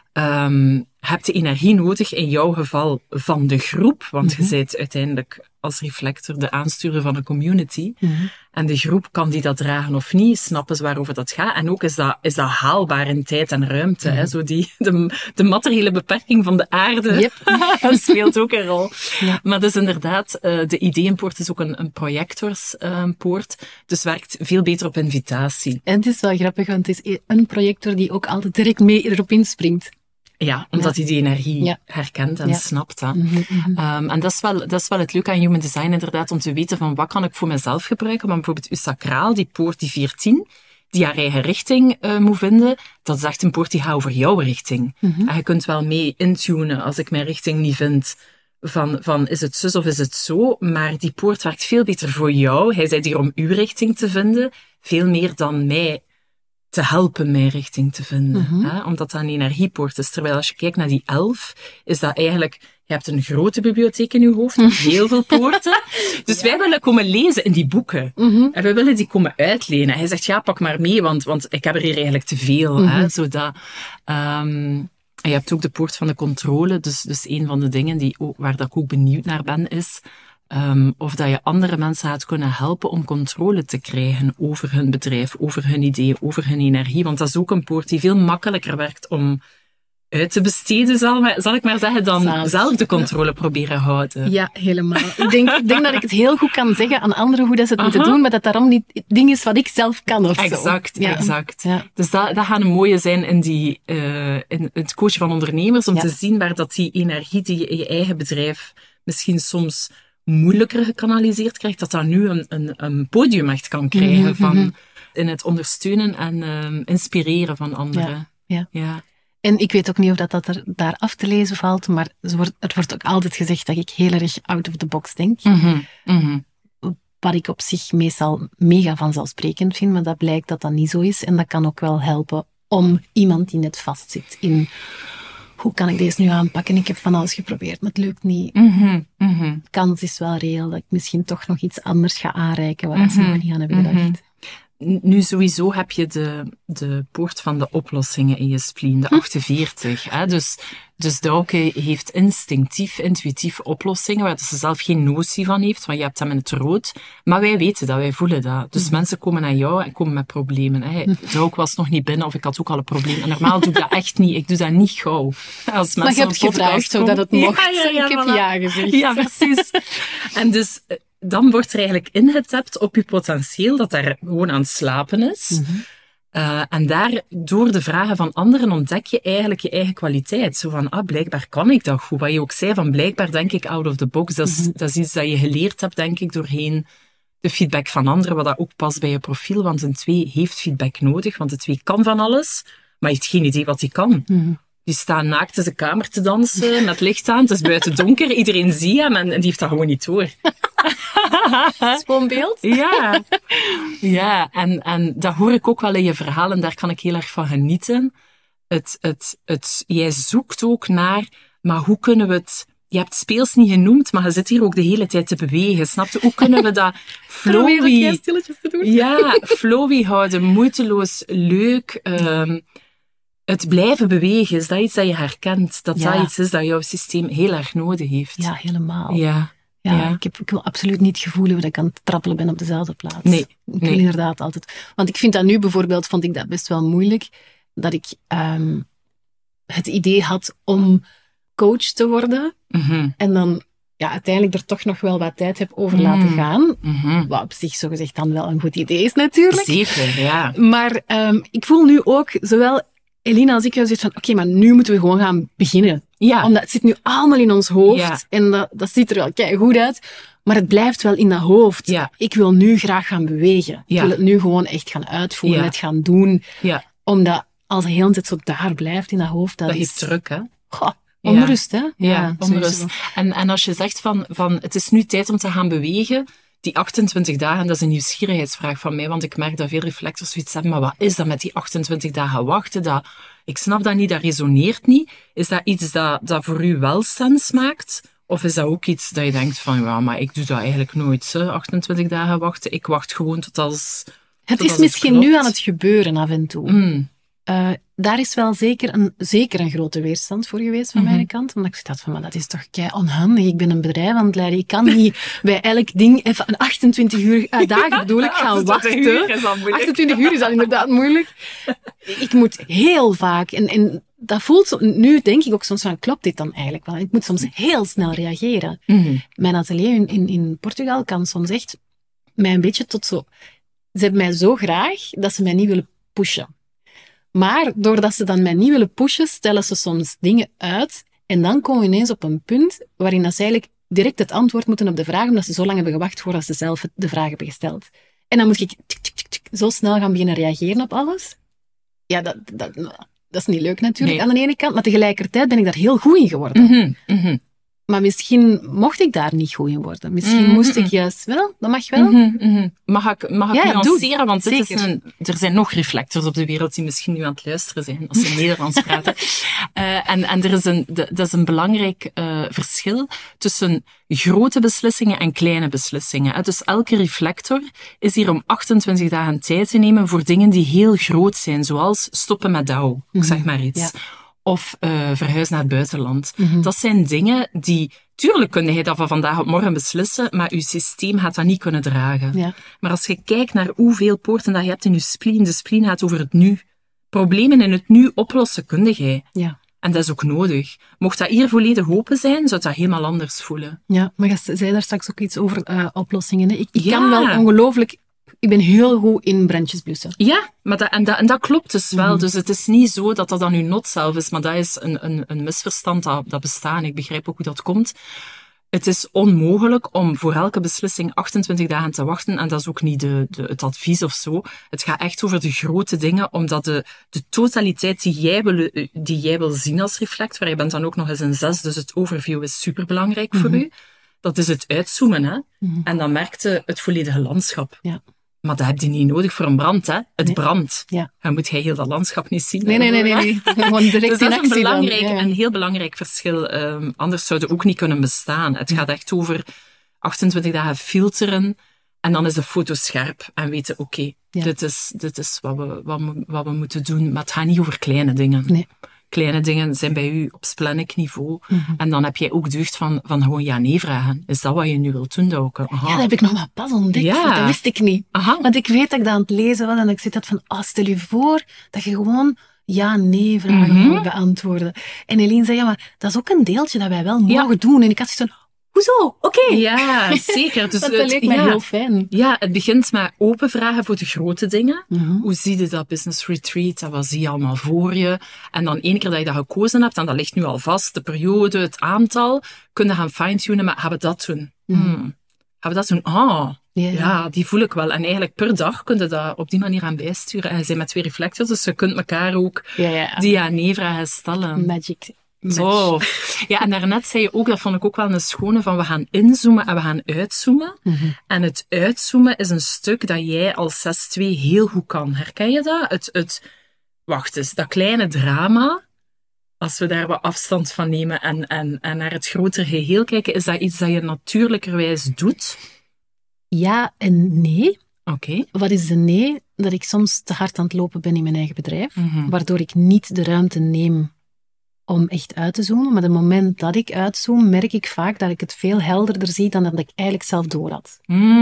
Um, heb je energie nodig, in jouw geval, van de groep. Want mm-hmm. je bent uiteindelijk als reflector de aanstuurder van een community. Mm-hmm. En de groep, kan die dat dragen of niet? Snappen ze waarover dat gaat? En ook is dat, is dat haalbaar in tijd en ruimte. Mm-hmm. Hè? Zo die, de, de materiële beperking van de aarde yep. dat speelt ook een rol. Ja. Maar dus inderdaad, uh, de ideeënpoort is ook een, een projectorspoort. Uh, dus werkt veel beter op invitatie. En het is wel grappig, want het is een projector die ook altijd direct mee erop inspringt. Ja, omdat ja. hij die energie ja. herkent en ja. snapt. Hè. Mm-hmm, mm-hmm. Um, en dat is, wel, dat is wel het leuke aan Human Design, inderdaad, om te weten van wat kan ik voor mezelf gebruiken. Maar bijvoorbeeld uw sacraal, die poort, die veertien, die haar eigen richting uh, moet vinden, dat is echt een poort die gaat over jouw richting. Mm-hmm. En je kunt wel mee intunen als ik mijn richting niet vind, van, van is het zus of is het zo, maar die poort werkt veel beter voor jou. Hij zei hier om uw richting te vinden, veel meer dan mij te helpen mijn richting te vinden. Mm-hmm. Hè? Omdat dat een energiepoort is. Terwijl als je kijkt naar die elf, is dat eigenlijk, je hebt een grote bibliotheek in je hoofd, met heel veel poorten. Dus ja. wij willen komen lezen in die boeken. Mm-hmm. En wij willen die komen uitlenen. Hij zegt, ja, pak maar mee, want, want ik heb er hier eigenlijk te veel. Mm-hmm. Hè? Zodat, um, en je hebt ook de poort van de controle. Dus, dus een van de dingen die ook, waar dat ik ook benieuwd naar ben, is Um, of dat je andere mensen gaat kunnen helpen om controle te krijgen over hun bedrijf, over hun ideeën, over hun energie. Want dat is ook een poort die veel makkelijker werkt om uit te besteden, zal, maar, zal ik maar zeggen, dan zelf, zelf de controle proberen houden. Ja, helemaal. Ik denk, ik denk dat ik het heel goed kan zeggen aan anderen hoe dat ze het Aha. moeten doen, maar dat daarom niet het ding is wat ik zelf kan of exact, zo. Ja. Exact, ja. Dus dat, dat gaat een mooie zijn in, die, uh, in het coachen van ondernemers, om ja. te zien waar dat die energie die je in je eigen bedrijf misschien soms moeilijker gekanaliseerd krijgt, dat dat nu een, een, een podium echt kan krijgen mm-hmm. van in het ondersteunen en um, inspireren van anderen. Ja, ja. ja. En ik weet ook niet of dat, dat er daar af te lezen valt, maar er wordt, er wordt ook altijd gezegd dat ik heel erg out of the box denk. Mm-hmm. Mm-hmm. Wat ik op zich meestal mega vanzelfsprekend vind, maar dat blijkt dat dat niet zo is. En dat kan ook wel helpen om iemand die net vastzit in hoe kan ik deze nu aanpakken? Ik heb van alles geprobeerd, maar het lukt niet. Mm-hmm, mm-hmm. De kans is wel reëel dat ik misschien toch nog iets anders ga aanreiken waar mm-hmm. ze nog niet aan hebben gedacht. Mm-hmm. Nu, sowieso heb je de, de poort van de oplossingen in je spleen, de achtenveertig. Hm. Hè? Dus, dus Douke heeft instinctief, intuïtief oplossingen, waar ze zelf geen notie van heeft, want je hebt hem in het rood. Maar wij weten dat, wij voelen dat. Dus hm. mensen komen naar jou en komen met problemen. Hè? Hm. Douke was nog niet binnen, of ik had ook al een probleem. En normaal doe ik dat echt niet. Ik doe dat niet gauw. Als maar je hebt gevraagd zodat het mocht. Ja, ja, ja, ik heb voilà. ja gezegd. Ja, precies. En dus... Dan wordt er eigenlijk ingetapt op je potentieel dat daar gewoon aan het slapen is. Mm-hmm. Uh, en daar, door de vragen van anderen, ontdek je eigenlijk je eigen kwaliteit. Zo van, ah, blijkbaar kan ik dat goed. Wat je ook zei, van blijkbaar denk ik out of the box. Dat is, mm-hmm. dat is iets dat je geleerd hebt, denk ik, doorheen de feedback van anderen, wat dat ook past bij je profiel. Want een twee heeft feedback nodig, want de twee kan van alles, maar heeft geen idee wat hij kan. Mm-hmm. Die staan naakt in zijn kamer te dansen, met licht aan. Het is buiten donker, iedereen ziet hem en, en die heeft dat gewoon niet door. Schoon beeld. Ja, ja en, en dat hoor ik ook wel in je verhaal en daar kan ik heel erg van genieten. Het, het, het, jij zoekt ook naar, maar hoe kunnen we het... Je hebt speels niet genoemd, maar je zit hier ook de hele tijd te bewegen. Snap je? Hoe kunnen we dat flowy... stilletjes te doen? Ja, flowy houden, moeiteloos, leuk... Um, Het blijven bewegen, is dat iets dat je herkent? Dat ja. dat iets is dat jouw systeem heel erg nodig heeft? Ja, helemaal. Ja. Ja, ja. Ik, heb, ik wil absoluut niet het gevoel hebben dat ik aan het trappelen ben op dezelfde plaats. Nee. Ik wil nee. inderdaad altijd... Want ik vind dat nu bijvoorbeeld, vond ik dat best wel moeilijk, dat ik um, het idee had om coach te worden. Mm-hmm. En dan ja, uiteindelijk er toch nog wel wat tijd heb over laten mm-hmm. gaan. Mm-hmm. Wat op zich zogezegd dan wel een goed idee is natuurlijk. Zeker, ja. Maar um, ik voel nu ook, zowel... Elina, als ik jou zeg van, oké, okay, maar nu moeten we gewoon gaan beginnen. Ja. Omdat het zit nu allemaal in ons hoofd. Ja. En dat, dat ziet er wel kei goed uit. Maar het blijft wel in dat hoofd. Ja. Ik wil nu graag gaan bewegen. Ja. Ik wil het nu gewoon echt gaan uitvoeren, ja. het gaan doen. Ja. Omdat als de hele tijd zo daar blijft in dat hoofd, dat, dat is... is druk, hè? Goh, onrust, hè? Ja, ja onrust. En, en als je zegt van, van, het is nu tijd om te gaan bewegen... Die achtentwintig dagen, dat is een nieuwsgierigheidsvraag van mij, want ik merk dat veel reflectors zoiets hebben, maar wat is dat met die achtentwintig dagen wachten? Dat, ik snap dat niet, dat resoneert niet. Is dat iets dat, dat voor u wel sens maakt? Of is dat ook iets dat je denkt van, ja, maar ik doe dat eigenlijk nooit, hè? achtentwintig dagen wachten. Ik wacht gewoon tot als Het tot is als misschien het nu aan het gebeuren af en toe. Mm. Uh, daar is wel zeker een, zeker een grote weerstand voor geweest van mm-hmm. mijn kant. Omdat ik dacht van, maar dat is toch kei onhandig. Ik ben een bedrijf aan het leiden. Ik kan niet bij elk ding even een achtentwintig uur uh, dagen bedoel ik gaan wachten. Uur is al achtentwintig uur is al inderdaad moeilijk. Ik moet heel vaak, en, en dat voelt zo, nu denk ik ook soms van, klopt dit dan eigenlijk wel? Ik moet soms heel snel reageren. Mm-hmm. Mijn atelier in, in, in Portugal kan soms echt mij een beetje tot zo... Ze hebben mij zo graag dat ze mij niet willen pushen. Maar doordat ze dan mij niet willen pushen, stellen ze soms dingen uit. En dan komen we ineens op een punt waarin dat ze eigenlijk direct het antwoord moeten op de vraag, omdat ze zo lang hebben gewacht voordat ze zelf de vraag hebben gesteld. En dan moet ik tik, tik, tik, tik, zo snel gaan beginnen reageren op alles. Ja, dat, dat, dat is niet leuk natuurlijk nee. aan de ene kant, maar tegelijkertijd ben ik daar heel goed in geworden. Mm-hmm, mm-hmm. Maar misschien mocht ik daar niet goed in worden. Misschien mm-hmm. moest ik juist wel. Dat mag wel. Mm-hmm, mm-hmm. Mag ik, mag ik ja, nuanceren? Want dit Zeker. is een, er zijn nog reflectors op de wereld die misschien nu aan het luisteren zijn als ze Nederlands praten. Uh, en, en er is een, de, dat is een belangrijk uh, verschil tussen grote beslissingen en kleine beslissingen. Hè? Dus elke reflector is hier om achtentwintig dagen tijd te nemen voor dingen die heel groot zijn, zoals stoppen met dauw. Mm-hmm. Ik zeg maar iets. Ja. Of uh, verhuizen naar het buitenland. Mm-hmm. Dat zijn dingen die... Tuurlijk kun je dat van vandaag op morgen beslissen, maar je systeem gaat dat niet kunnen dragen. Ja. Maar als je kijkt naar hoeveel poorten dat je hebt in je spleen, de spleen gaat over het nu. Problemen in het nu oplossen kun jij. Ja. En dat is ook nodig. Mocht dat hier volledig open zijn, zou dat helemaal anders voelen. Ja, maar je zei daar straks ook iets over uh, oplossingen. Hè? Ik, ik ja. kan wel ongelooflijk... Ik ben heel goed in brandjes blussen. Ja, maar dat, en, dat, en dat klopt dus wel. Mm-hmm. Dus het is niet zo dat dat dan uw not zelf is, maar dat is een, een, een misverstand dat, dat bestaat. Ik begrijp ook hoe dat komt. Het is onmogelijk om voor elke beslissing achtentwintig dagen te wachten. En dat is ook niet de, de, het advies of zo. Het gaat echt over de grote dingen, omdat de, de totaliteit die jij, wil, die jij wil zien als reflector, je bent dan ook nog eens een zes, dus het overview is superbelangrijk mm-hmm. voor u. Dat is het uitzoomen, hè. Mm-hmm. En dan merkte het volledige landschap. Ja. Maar dat heb je niet nodig voor een brand, hè. Het Nee. brandt. Ja. Dan moet jij heel dat landschap niet zien. Nee, nee, nee, nee. nee. Gewoon direct Dus in dat is een, actie belangrijk, dan. Ja. een heel belangrijk verschil. Um, anders zouden ook niet kunnen bestaan. Het gaat echt over achtentwintig dagen filteren en dan is de foto scherp en weten, oké, okay, Ja. dit is, dit is wat, we, wat, we, wat we moeten doen. Maar het gaat niet over kleine dingen. Nee. Kleine dingen zijn bij u op splenic niveau. Mhm. En dan heb jij ook deugd van, van gewoon ja nee vragen. Is dat wat je nu wilt doen, Douke? Aha. Ja, dat heb ik nog maar pas ontdekt. Ja. Want dat wist ik niet. Aha. Want ik weet dat ik dat aan het lezen was en ik zit dat van, oh, stel je voor dat je gewoon ja-nee-vragen Mhm. moet beantwoorden. En Eline zei, ja, maar dat is ook een deeltje dat wij wel Ja. mogen doen. En ik had zoiets van, hoezo? Oké. Ja, zeker. Dus Want dat het- leek mij ja. heel fijn. Ja, het begint met open vragen voor de grote dingen. Mhm. Hoe zie je dat business retreat? En wat zie je allemaal voor je? En dan één keer dat je dat gekozen hebt, en dat ligt nu al vast, de periode, het aantal, kun je gaan fine-tunen met, gaan we dat doen? Hmm. Gaan we dat doen? Ah, Ja. ja, die voel ik wel. En eigenlijk per dag kun je dat op die manier aan bijsturen. En je bent met twee reflectors, dus je kunt elkaar ook Ja, ja. die ja-nee-vragen stellen. Magic. Zo. Ja, en daarnet zei je ook, dat vond ik ook wel een schone, van we gaan inzoomen en we gaan uitzoomen. Mhm. En het uitzoomen is een stuk dat jij als zes twee heel goed kan. Herken je dat? Het, het, wacht eens, dat kleine drama, als we daar wat afstand van nemen en, en, en naar het grotere geheel kijken, is dat iets dat je natuurlijkerwijs doet? Ja en nee. Oké. Wat is de nee? Dat ik soms te hard aan het lopen ben in mijn eigen bedrijf, Mhm. waardoor ik niet de ruimte neem om echt uit te zoomen. Maar het moment dat ik uitzoom, merk ik vaak dat ik het veel helderder zie dan dat ik eigenlijk zelf door had.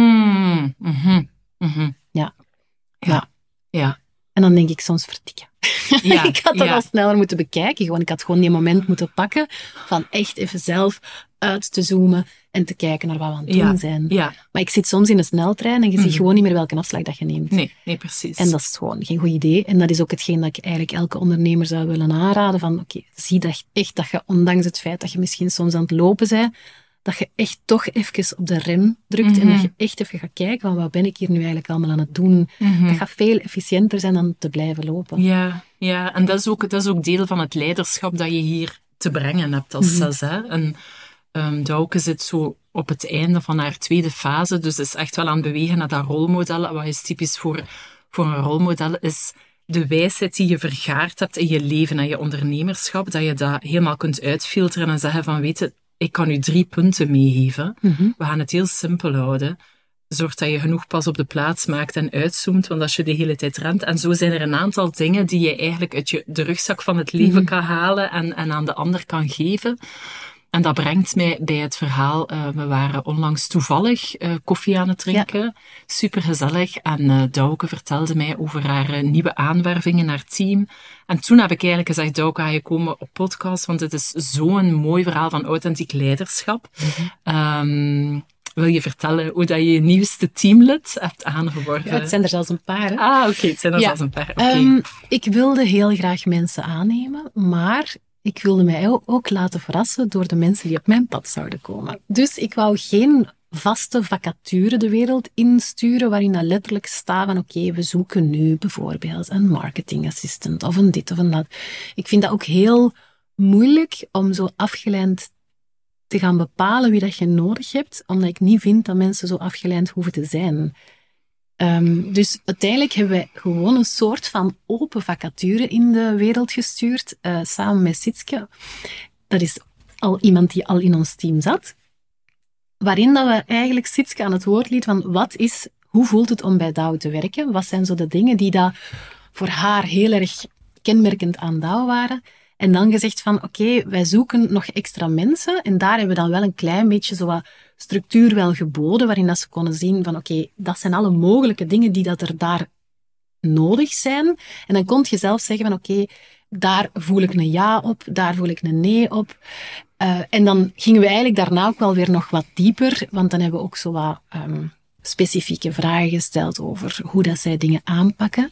Mm. Mhm. Mhm. Ja. Ja. Ja. En dan denk ik soms, verdikken. Ja. ik had dat ja. al sneller moeten bekijken. Gewoon, ik had gewoon die moment moeten pakken van echt even zelf uit te zoomen en te kijken naar wat we aan het doen Ja. zijn. Ja. Maar ik zit soms in een sneltrein en je ziet Mhm. gewoon niet meer welke afslag dat je neemt. Nee, nee, precies. En dat is gewoon geen goed idee. En dat is ook hetgeen dat ik eigenlijk elke ondernemer zou willen aanraden. Van oké, zie dat echt dat je, ondanks het feit dat je misschien soms aan het lopen bent, dat je echt toch even op de rem drukt Mhm. en dat je echt even gaat kijken van wat ben ik hier nu eigenlijk allemaal aan het doen. Mhm. Dat gaat veel efficiënter zijn dan te blijven lopen. Ja, ja. En dat is, ook, dat is ook deel van het leiderschap dat je hier te brengen hebt als Mhm. zes. Hè? En um, Douke zit zo op het einde van haar tweede fase, dus is echt wel aan het bewegen naar dat rolmodel. Wat is typisch voor, voor een rolmodel is de wijsheid die je vergaard hebt in je leven en je ondernemerschap, dat je dat helemaal kunt uitfilteren en zeggen van, weet je, ik kan u drie punten meegeven. Mhm. We gaan het heel simpel houden. Zorg dat je genoeg pas op de plaats maakt en uitzoomt, want als je de hele tijd rent. En zo zijn er een aantal dingen die je eigenlijk uit je, de rugzak van het leven Mhm. kan halen en, en aan de ander kan geven. En dat brengt mij bij het verhaal, uh, we waren onlangs toevallig uh, koffie aan het drinken. Ja. Supergezellig. En uh, Douke vertelde mij over haar uh, nieuwe aanwerving in haar team. En toen heb ik eigenlijk gezegd, Douke, ga je komen op podcast, want het is zo'n mooi verhaal van authentiek leiderschap. Mm-hmm. Um, wil je vertellen hoe dat je je nieuwste teamlid hebt aangeworven? Ja, het zijn er zelfs een paar. Hè? Ah, oké, okay, het zijn er ja. zelfs een paar. Okay. Um, ik wilde heel graag mensen aannemen, maar ik wilde mij ook laten verrassen door de mensen die op mijn pad zouden komen. Dus ik wou geen vaste vacature de wereld insturen, waarin dat letterlijk staat van oké, okay, we zoeken nu bijvoorbeeld een marketingassistent of een dit of een dat. Ik vind dat ook heel moeilijk om zo afgeleid te gaan bepalen wie dat je nodig hebt, omdat ik niet vind dat mensen zo afgeleid hoeven te zijn. Um, dus uiteindelijk hebben wij gewoon een soort van open vacature in de wereld gestuurd, uh, samen met Sitske. Dat is al iemand die al in ons team zat. Waarin dat we eigenlijk Sitske aan het woord lieten van wat is, hoe voelt het om bij Douwe te werken? Wat zijn zo de dingen die dat voor haar heel erg kenmerkend aan Douwe waren? En dan gezegd van oké, okay, wij zoeken nog extra mensen. En daar hebben we dan wel een klein beetje zo wat structuur wel geboden, waarin dat ze konden zien van oké, okay, dat zijn alle mogelijke dingen die dat er daar nodig zijn. En dan kon je zelf zeggen van oké, okay, daar voel ik een ja op, daar voel ik een nee op. Uh, en dan gingen we eigenlijk daarna ook wel weer nog wat dieper, want dan hebben we ook zo wat um, specifieke vragen gesteld over hoe dat zij dingen aanpakken.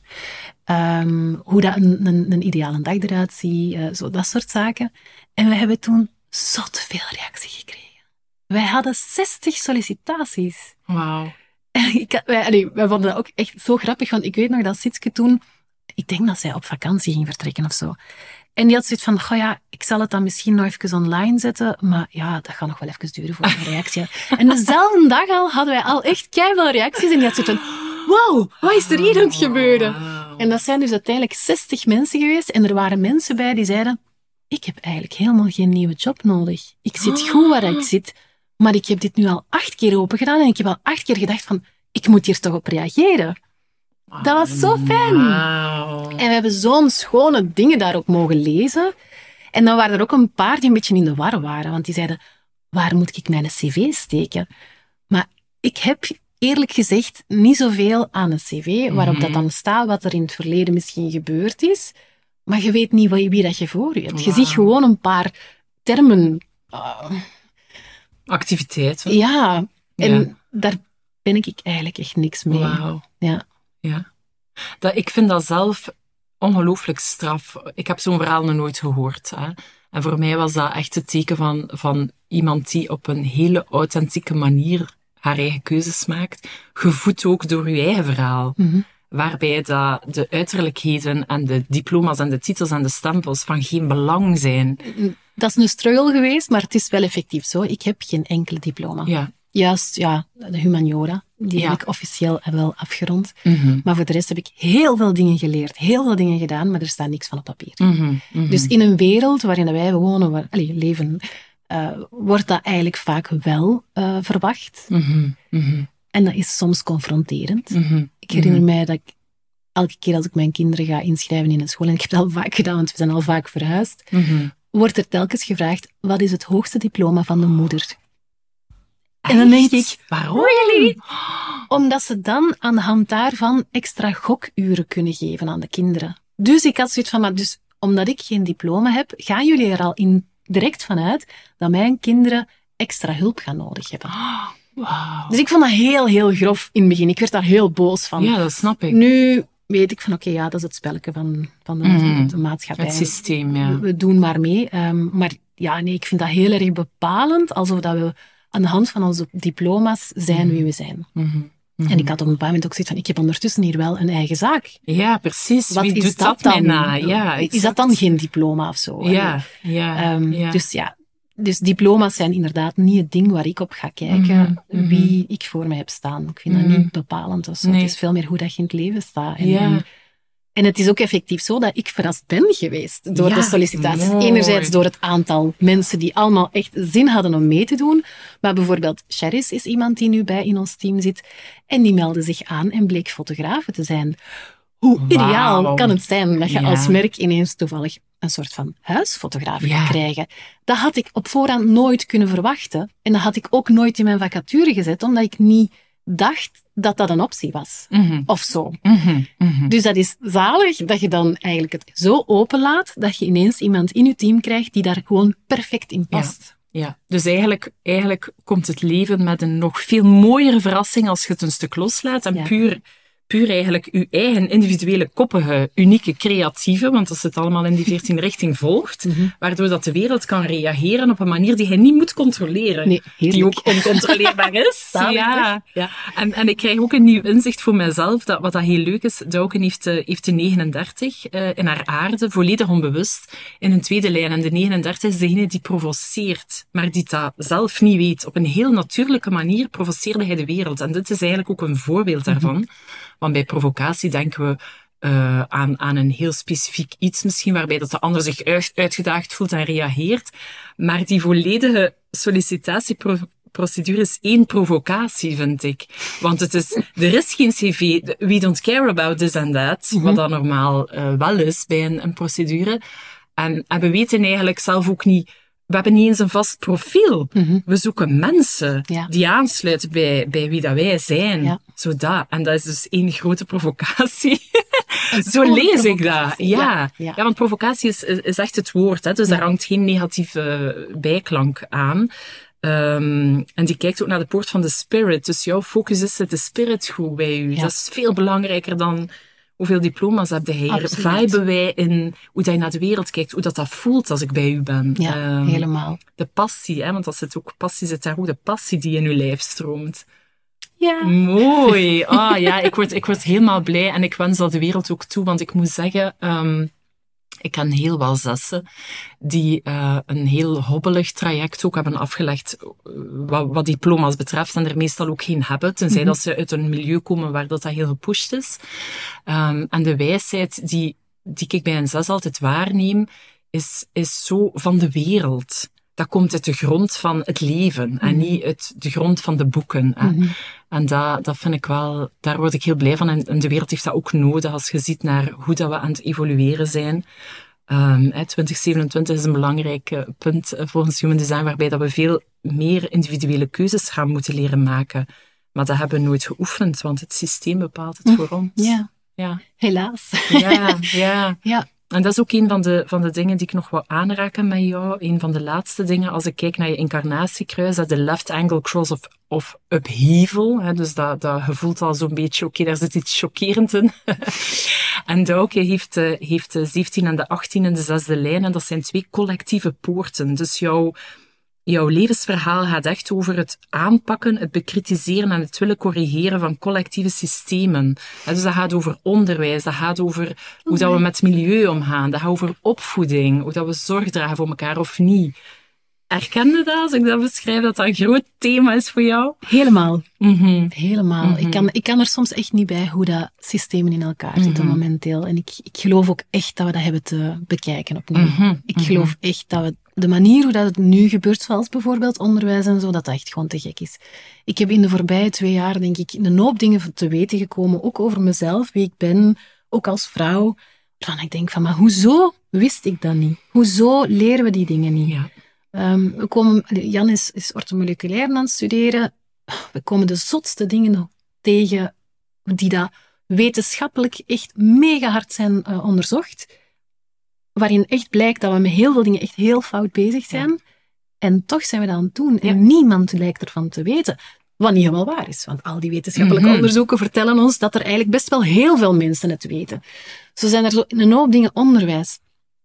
Um, hoe dat een, een, een ideale dag eruit ziet, uh, zo dat soort zaken. En we hebben toen zot veel reactie gekregen. Wij hadden zestig sollicitaties. Wauw. wij, allee, wij vonden dat ook echt zo grappig, want ik weet nog dat Sitske toen, ik denk dat zij op vakantie ging vertrekken of zo. En die had zoiets van, goh ja, ik zal het dan misschien nog even online zetten, maar ja, dat gaat nog wel even duren voor een reactie. En dezelfde dag al hadden wij al echt keiveel reacties en die had zoiets van, wow, wat is er hier aan het gebeuren? Wow. En dat zijn dus uiteindelijk zestig mensen geweest. En er waren mensen bij die zeiden, ik heb eigenlijk helemaal geen nieuwe job nodig. Ik zit goed waar ik zit, maar ik heb dit nu al acht keer open gedaan en ik heb al acht keer gedacht van, ik moet hier toch op reageren. Dat was zo fijn. Wow. En we hebben zo'n schone dingen daar ook mogen lezen. En dan waren er ook een paar die een beetje in de war waren, want die zeiden, waar moet ik mijn cv steken? Maar ik heb eerlijk gezegd niet zoveel aan een cv, waarop dat dan staat wat er in het verleden misschien gebeurd is, maar je weet niet wie, wie dat je voor je hebt. Je Wow. ziet gewoon een paar termen. Uh, Activiteiten. ja, en Ja. daar ben ik eigenlijk echt niks mee. Wauw. Ja. Ja. Dat, ik vind dat zelf ongelooflijk straf. Ik heb zo'n verhaal nog nooit gehoord. Hè. En voor mij was dat echt het teken van, van iemand die op een hele authentieke manier haar eigen keuzes maakt, gevoed ook door uw eigen verhaal. Mm-hmm. Waarbij dat de uiterlijkheden en de diploma's en de titels en de stempels van geen belang zijn. Dat is een struggle geweest, maar het is wel effectief zo. Ik heb geen enkele diploma. Ja. Juist, ja, de humaniora, die Ja. heb ik officieel wel afgerond. Mm-hmm. Maar voor de rest heb ik heel veel dingen geleerd, heel veel dingen gedaan, maar er staat niks van op papier. Mm-hmm. Mm-hmm. Dus in een wereld waarin wij wonen, waar, allee, leven, uh, wordt dat eigenlijk vaak wel uh, verwacht. Mm-hmm. Mm-hmm. En dat is soms confronterend. Mm-hmm. Ik herinner mij dat ik elke keer als ik mijn kinderen ga inschrijven in een school, en ik heb dat al vaak gedaan, want we zijn al vaak verhuisd, Mm-hmm. wordt er telkens gevraagd, wat is het hoogste diploma van de moeder? En dan denk ik, waarom? Really? Omdat ze dan aan de hand daarvan extra gokuren kunnen geven aan de kinderen. Dus ik had zoiets van, maar dus omdat ik geen diploma heb, gaan jullie er al in direct vanuit dat mijn kinderen extra hulp gaan nodig hebben. Wow. Dus ik vond dat heel, heel grof in het begin. Ik werd daar heel boos van. Ja, dat snap ik. Nu weet ik van, oké, okay, ja, dat is het spelletje van, van de, Mm. de maatschappij. Het systeem, ja. We, we doen maar mee. Um, maar ja, nee, ik vind dat heel erg bepalend, alsof dat we aan de hand van onze diploma's zijn wie we zijn. Mm-hmm. Mm-hmm. En ik had op een bepaald moment ook zoiets van, ik heb ondertussen hier wel een eigen zaak. Ja, precies. Wat Wie is doet dat dat dan? mij na? Ja, is dat dan geen diploma of zo? Ja, ja, um, ja. Dus ja, dus diploma's zijn inderdaad niet het ding waar ik op ga kijken, Mm-hmm. wie ik voor mij heb staan. Ik vind Mm-hmm. dat niet bepalend of zo. Nee. Het is veel meer hoe dat je in het leven staat. En, Ja. en, en het is ook effectief zo dat ik verrast ben geweest door Ja, de sollicitaties. mooi. Enerzijds door het aantal mensen die allemaal echt zin hadden om mee te doen. Maar bijvoorbeeld Charis is iemand die nu bij in ons team zit. En die meldde zich aan en bleek fotografe te zijn. Hoe ideaal Wauw. kan het zijn dat je Ja. als merk ineens toevallig een soort van huisfotograaf Ja. gaat krijgen? Dat had ik op voorhand nooit kunnen verwachten. En dat had ik ook nooit in mijn vacature gezet, omdat ik niet dacht dat dat een optie was. Mm-hmm. Of zo. Mm-hmm. Mm-hmm. Dus dat is zalig dat je dan eigenlijk het zo openlaat dat je ineens iemand in je team krijgt die daar gewoon perfect in past. Ja, dus eigenlijk, eigenlijk komt het leven met een nog veel mooiere verrassing als je het een stuk loslaat en Ja. puur, puur eigenlijk je eigen individuele, koppige, unieke, creatieve, want als het allemaal in die veertien richting volgt, Mm-hmm. waardoor dat de wereld kan reageren op een manier die hij niet moet controleren. Nee, die heerlijk. ook oncontroleerbaar is. Zalig, ja. Ja. En, en ik krijg ook een nieuw inzicht voor mezelf, dat, wat dat heel leuk is. Douken heeft, uh, heeft de negenendertig uh, in haar aarde, volledig onbewust, in een tweede lijn. En de negenendertig is degene die provoceert, maar die dat zelf niet weet. Op een heel natuurlijke manier provoceerde hij de wereld. En dit is eigenlijk ook een voorbeeld daarvan. Mm-hmm. Want bij provocatie denken we uh, aan, aan een heel specifiek iets misschien, waarbij dat de ander zich uit, uitgedaagd voelt en reageert. Maar die volledige sollicitatieprocedure is één provocatie, vind ik. Want het is, er is geen cv, we don't care about this and that, mm-hmm. wat dan normaal uh, wel is bij een, een procedure. En, en we weten eigenlijk zelf ook niet, we hebben niet eens een vast profiel. Mm-hmm. We zoeken mensen ja. die aansluiten bij, bij wie dat wij zijn. Ja. Zodat. En dat is dus één grote provocatie. Zo lees ik dat. Ja. Ja. Ja. ja, want provocatie is, is echt het woord. Hè? Dus ja. daar hangt geen negatieve bijklank aan. Um, en die kijkt ook naar de poort van de spirit. Dus jouw focus is, zit de spirit goed bij u. Ja. Dat is veel belangrijker dan hoeveel diploma's heb je hier. Viben wij in hoe dat je naar de wereld kijkt, hoe dat, dat voelt als ik bij u ben. Ja, um, helemaal. De passie, hè? Want als het ook passie zit, daar ook de passie die in uw lijf stroomt. Ja. Mooi. Ah ja, ik word, ik word helemaal blij en ik wens dat de wereld ook toe, want ik moet zeggen, um, Ik ken heel wel zessen die uh, een heel hobbelig traject ook hebben afgelegd uh, wat, wat diploma's betreft en er meestal ook geen hebben, tenzij mm-hmm. dat ze uit een milieu komen waar dat, dat heel gepusht is. Um, en de wijsheid die, die ik bij een zes altijd waarneem, is, is zo van de wereld. Dat komt uit de grond van het leven mm-hmm. en niet uit de grond van de boeken. Hè. Mm-hmm. En dat, dat vind ik wel, daar word ik heel blij van. En, en de wereld heeft dat ook nodig als je ziet naar hoe dat we aan het evolueren zijn. Um, twintig zevenentwintig is een belangrijk punt volgens Human Design, waarbij dat we veel meer individuele keuzes gaan moeten leren maken. Maar dat hebben we nooit geoefend, want het systeem bepaalt het voor ons. Ja, ja. helaas. Ja, ja. ja. En dat is ook een van de, van de dingen die ik nog wil aanraken met jou. Een van de laatste dingen, als ik kijk naar je incarnatiekruis, dat de left angle cross of, of upheaval. Hè, dus dat, dat je voelt al zo'n beetje, oké, okay, daar zit iets chockerend in. En Douke heeft, heeft de zeventien en de achttien in de zesde lijn. En dat zijn twee collectieve poorten. Dus jouw, jouw levensverhaal gaat echt over het aanpakken, het bekritiseren en het willen corrigeren van collectieve systemen. En dus dat gaat over onderwijs, dat gaat over hoe okay. dat we met het milieu omgaan, dat gaat over opvoeding, hoe dat we zorg dragen voor elkaar of niet. Herken je dat, als ik dat beschrijf, dat dat een groot thema is voor jou? Helemaal. Mm-hmm. Helemaal. Mm-hmm. Ik, kan, ik kan er soms echt niet bij hoe dat systemen in elkaar mm-hmm. zitten momenteel. En ik, ik geloof ook echt dat we dat hebben te bekijken opnieuw. Mm-hmm. Ik geloof mm-hmm. echt dat we de manier hoe dat het nu gebeurt, zoals bijvoorbeeld onderwijs en zo, dat dat echt gewoon te gek is. Ik heb in de voorbije twee jaar, denk ik, een hoop dingen te weten gekomen, ook over mezelf, wie ik ben, ook als vrouw. Waarvan ik denk van, maar hoezo wist ik dat niet? Hoezo leren we die dingen niet? Ja. Um, we komen, Jan is, is orthomoleculair aan het studeren. We komen de zotste dingen tegen die dat wetenschappelijk echt mega hard zijn uh, onderzocht. Waarin echt blijkt dat we met heel veel dingen echt heel fout bezig zijn. Ja. En toch zijn we dat aan het doen. Ja. En niemand lijkt ervan te weten. Wat niet helemaal waar is. Want al die wetenschappelijke mm-hmm. onderzoeken vertellen ons dat er eigenlijk best wel heel veel mensen het weten. Zo zijn er zo een hoop dingen onderwijs.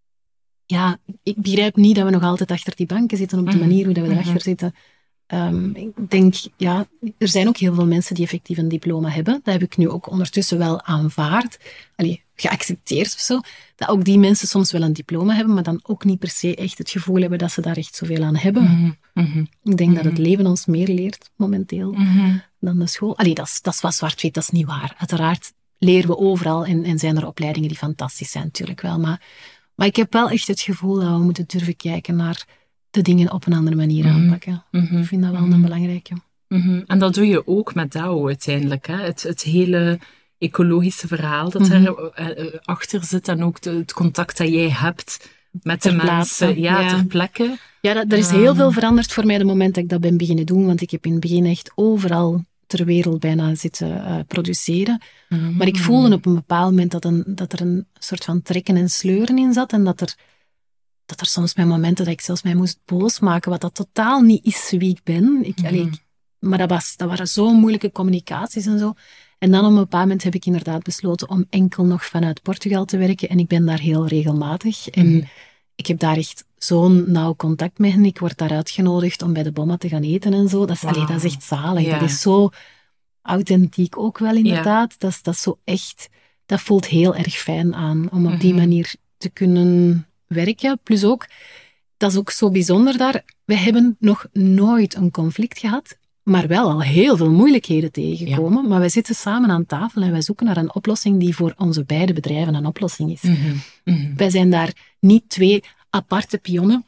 Ja, ik begrijp niet dat we nog altijd achter die banken zitten op de manier hoe dat we erachter zitten. Um, ik denk, ja, er zijn ook heel veel mensen die effectief een diploma hebben. Dat heb ik nu ook ondertussen wel aanvaard. Allee, geaccepteerd of zo. Dat ook die mensen soms wel een diploma hebben, maar dan ook niet per se echt het gevoel hebben dat ze daar echt zoveel aan hebben. Mm-hmm. Ik denk mm-hmm. dat het leven ons meer leert, momenteel, mm-hmm. dan de school. Allee, dat is, dat is wat zwart-wit, dat is niet waar. Uiteraard leren we overal en, en zijn er opleidingen die fantastisch zijn, natuurlijk wel. Maar, maar ik heb wel echt het gevoel dat we moeten durven kijken naar de dingen op een andere manier mm-hmm. aanpakken. Mm-hmm. Ik vind dat wel een belangrijke. Mm-hmm. En dat doe je ook met Dao uiteindelijk. Hè? Het, het hele ecologische verhaal dat mm-hmm. er achter zit en ook de, het contact dat jij hebt met ter de plaatse, mensen ja, ja. ter plekke. Ja, dat, er is heel veel veranderd voor mij de moment dat ik dat ben beginnen doen, want ik heb in het begin echt overal ter wereld bijna zitten uh, produceren. Mm-hmm. Maar ik voelde op een bepaald moment dat, een, dat er een soort van trekken en sleuren in zat en dat er, dat er soms bij momenten dat ik zelfs mij moest boos maken, wat dat totaal niet is wie ik ben. Ik, Mm-hmm. allee, ik, maar dat, was, dat waren zo moeilijke communicaties en zo. En dan op een bepaald moment heb ik inderdaad besloten om enkel nog vanuit Portugal te werken. En ik ben daar heel regelmatig. En Mm. ik heb daar echt zo'n nauw contact mee. En ik word daar uitgenodigd om bij de Bomma te gaan eten en zo. Dat is, Wow. allee, dat is echt zalig. Ja. Dat is zo authentiek ook wel, inderdaad. Ja. Dat, is, dat is zo echt... Dat voelt heel erg fijn aan, om op mm-hmm. die manier te kunnen werken. Plus ook, dat is ook zo bijzonder daar. We hebben nog nooit een conflict gehad, maar wel al heel veel moeilijkheden tegengekomen. Ja. Maar wij zitten samen aan tafel en wij zoeken naar een oplossing die voor onze beide bedrijven een oplossing is. Mm-hmm. Mm-hmm. Wij zijn daar niet twee aparte pionnen.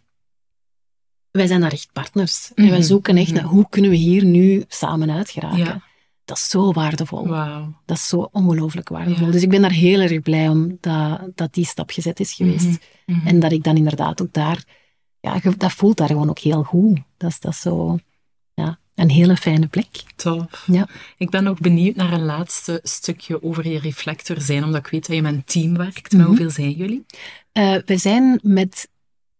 Wij zijn daar echt partners. Mm-hmm. En wij zoeken echt naar hoe kunnen we hier nu samen uit geraken. Ja. Dat is zo waardevol. Wow. Dat is zo ongelooflijk waardevol. Ja. Dus ik ben daar heel erg blij om dat, dat die stap gezet is geweest. Mm-hmm. Mm-hmm. En dat ik dan inderdaad ook daar... Ja, dat voelt daar gewoon ook heel goed. Dat is, dat is zo... Ja, een hele fijne plek. Tof. Ja. Ik ben ook benieuwd naar een laatste stukje over je reflector zijn, omdat ik weet dat je met een team werkt. Mm-hmm. Maar hoeveel zijn jullie? Uh, we zijn met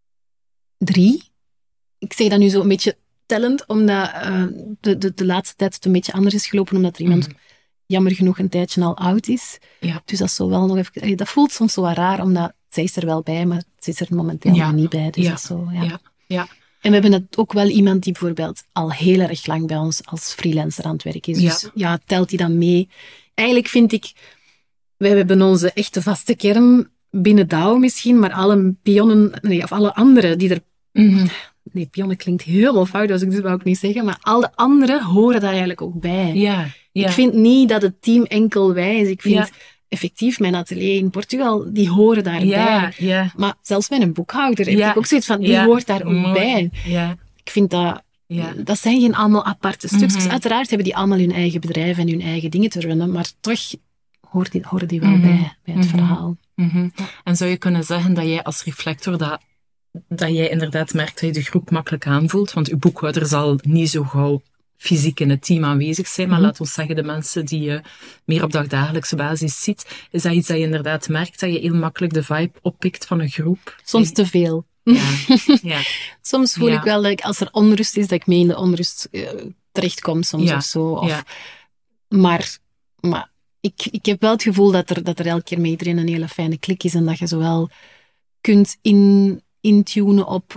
drie. Ik zeg dat nu zo een beetje tellend, omdat uh, de, de, de laatste tijd het een beetje anders is gelopen, omdat er iemand mm-hmm. jammer genoeg een tijdje al oud is. Ja. Dus dat is zo wel nog even... Dat voelt soms zo wat raar, omdat zij is er wel bij, maar ze is er momenteel ja. nog niet bij. Dus ja. dat is zo, ja. Ja. Ja. En we hebben het ook wel iemand die bijvoorbeeld al heel erg lang bij ons als freelancer aan het werk is. Dus ja, ja telt die dan mee? Eigenlijk vind ik, wij hebben onze echte vaste kern binnen D A O misschien, maar alle pionnen, nee, of alle anderen die er... Mm-hmm. Nee, pionnen klinkt helemaal fout, dus ik dat wou ik niet zeggen, maar alle anderen horen daar eigenlijk ook bij. Ja, ja. Ik vind niet dat het team enkel wij is. Ik vind... Ja. Effectief, mijn atelier in Portugal, die horen daarbij. Ja, ja. Maar zelfs mijn boekhouder heb ja. ik ook zoiets van, die ja. hoort daar ook Mooi. bij. Ja. Ik vind dat... Ja. Dat zijn geen allemaal aparte stukjes. Mm-hmm. Uiteraard hebben die allemaal hun eigen bedrijf en hun eigen dingen te runnen, maar toch horen die, horen die wel Mm-hmm. bij, bij het Mm-hmm. verhaal. Mm-hmm. En zou je kunnen zeggen dat jij als reflector, dat, dat jij inderdaad merkt dat je de groep makkelijk aanvoelt? Want uw boekhouder zal niet zo gauw fysiek in het team aanwezig zijn, maar mm-hmm. laat ons zeggen, de mensen die je meer op dagdagelijkse basis ziet, is dat iets dat je inderdaad merkt, dat je heel makkelijk de vibe oppikt van een groep? Soms te veel. Ja. ja. Soms voel ja. ik wel dat ik, als er onrust is, dat ik mee in de onrust uh, terechtkom soms ja. of zo. Of, ja. Maar, maar ik, ik heb wel het gevoel dat er, dat er elke keer met iedereen een hele fijne klik is en dat je zowel kunt in, intunen op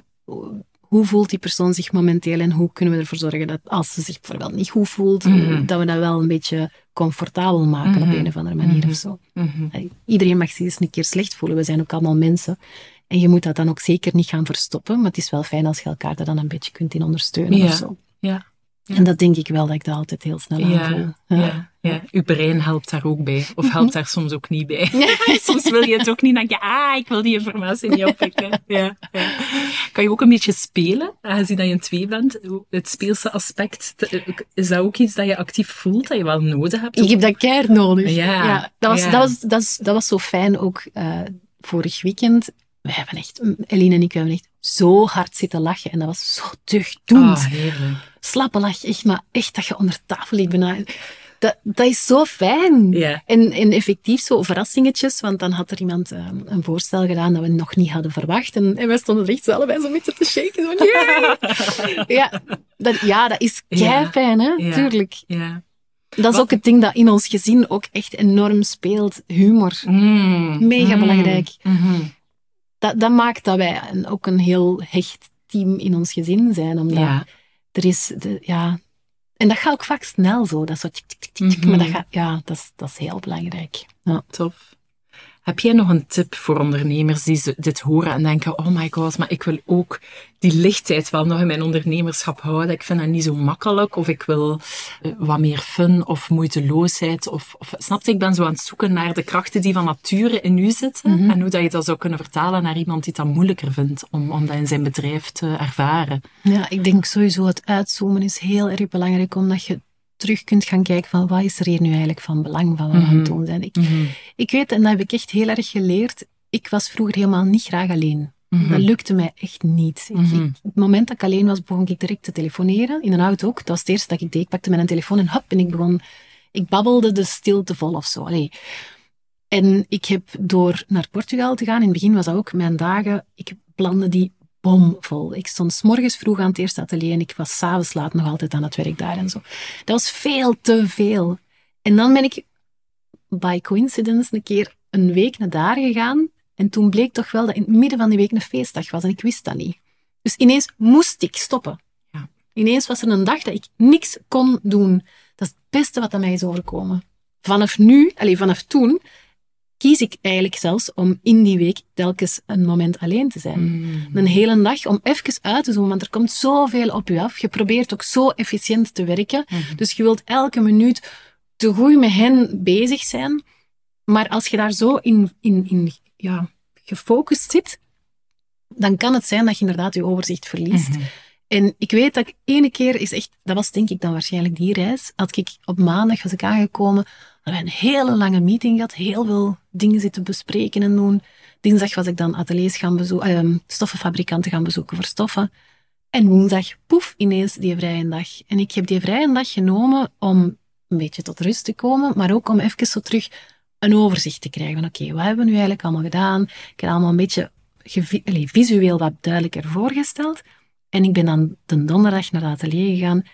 hoe voelt die persoon zich momenteel en hoe kunnen we ervoor zorgen dat als ze zich bijvoorbeeld niet goed voelt, mm-hmm. dat we dat wel een beetje comfortabel maken mm-hmm. op een of andere manier mm-hmm. of zo. Mm-hmm. Iedereen mag zich eens een keer slecht voelen. We zijn ook allemaal mensen. En je moet dat dan ook zeker niet gaan verstoppen, maar het is wel fijn als je elkaar er dan een beetje kunt in ondersteunen ja. of zo. Ja. Ja. En dat denk ik wel, dat ik dat altijd heel snel ja. aanvoel. Ja. Ja. Ja. Uw brein helpt daar ook bij. Of helpt daar soms ook niet bij. Soms wil je het ook niet. Dan denk je, ah, ik wil die informatie niet oppikken. Ja. Ja. Kan je ook een beetje spelen? Aangezien dat je een twee bent. Het speelse aspect, is dat ook iets dat je actief voelt, dat je wel nodig hebt? Ik heb dat keihard nodig. Ja. Ja, dat, was, ja. dat, was, dat, was, dat was zo fijn ook uh, vorig weekend. We hebben echt, Eline en ik, we hebben echt zo hard zitten lachen. En dat was zo deugdoend. Oh, heerlijk. Slappe lach, echt, maar echt dat je onder tafel ligt bijna. Dat, dat is zo fijn. Yeah. En, en effectief zo verrassingetjes, want dan had er iemand uh, een voorstel gedaan dat we nog niet hadden verwacht. En, en wij stonden er echt zo allebei zo een beetje te shaken. Zo, yeah. ja, dat, ja, dat is keifijn, hè. Yeah. Tuurlijk. Yeah. Dat is Wat? ook het ding dat in ons gezin ook echt enorm speelt. Humor. Mm. Mega mm. belangrijk. Mm-hmm. Dat, dat maakt dat wij een, ook een heel hecht team in ons gezin zijn. Omdat ja. er is... De, ja, en dat gaat ook vaak snel zo. Dat is zo tik, tik, tik, tik, mm-hmm. Maar dat, gaat, ja, dat, is, dat is heel belangrijk. Ja. Tof. Heb jij nog een tip voor ondernemers die dit horen en denken, oh my god, maar ik wil ook die lichtheid wel nog in mijn ondernemerschap houden. Ik vind dat niet zo makkelijk. Of ik wil uh, wat meer fun of moeiteloosheid. Of, of, snap je, ik ben zo aan het zoeken naar de krachten die van nature in u zitten. Mm-hmm. En hoe dat je dat zou kunnen vertalen naar iemand die het dan moeilijker vindt om, om dat in zijn bedrijf te ervaren. Ja, ik denk sowieso het uitzoomen is heel erg belangrijk, omdat je terug kunt gaan kijken van wat is er hier nu eigenlijk van belang van wat we aan het doen zijn. Ik, mm-hmm. ik weet, en dat heb ik echt heel erg geleerd, ik was vroeger helemaal niet graag alleen. Mm-hmm. Dat lukte mij echt niet. Mm-hmm. Ik, ik, het moment dat ik alleen was, begon ik direct te telefoneren. In een auto ook. Dat was het eerste dat ik deed. Ik pakte mijn telefoon en hop, en ik begon... Ik babbelde de stilte vol of zo. Allee. En ik heb door naar Portugal te gaan, in het begin was dat ook mijn dagen, ik plande die bomvol. Ik stond 's morgens vroeg aan het eerste atelier en ik was 's avonds laat nog altijd aan het werk daar en zo. Dat was veel te veel. En dan ben ik by coincidence een keer een week naar daar gegaan en toen bleek toch wel dat in het midden van die week een feestdag was en ik wist dat niet. Dus ineens moest ik stoppen. Ja. Ineens was er een dag dat ik niks kon doen. Dat is het beste wat aan mij is overkomen. Vanaf nu, allez, vanaf toen, kies ik eigenlijk zelfs om in die week telkens een moment alleen te zijn. Mm. Een hele dag om even uit te zoomen, want er komt zoveel op je af. Je probeert ook zo efficiënt te werken. Mm. Dus je wilt elke minuut te goed met hen bezig zijn. Maar als je daar zo in, in, in ja, gefocust zit, dan kan het zijn dat je inderdaad je overzicht verliest. Mm-hmm. En ik weet dat ik ene keer is echt, dat was denk ik dan waarschijnlijk die reis, had ik op maandag was ik aangekomen, hadden wij een hele lange meeting gehad, heel veel dingen zitten bespreken en doen. Dinsdag was ik dan ateliers gaan bezoeken, uh, stoffenfabrikanten gaan bezoeken voor stoffen. En woensdag, poef, ineens die vrije dag. En ik heb die vrije dag genomen om een beetje tot rust te komen, maar ook om even zo terug een overzicht te krijgen van oké, okay, wat hebben we nu eigenlijk allemaal gedaan? Ik heb allemaal een beetje gevi- allez, visueel wat duidelijker voorgesteld. En ik ben dan de donderdag naar het atelier gegaan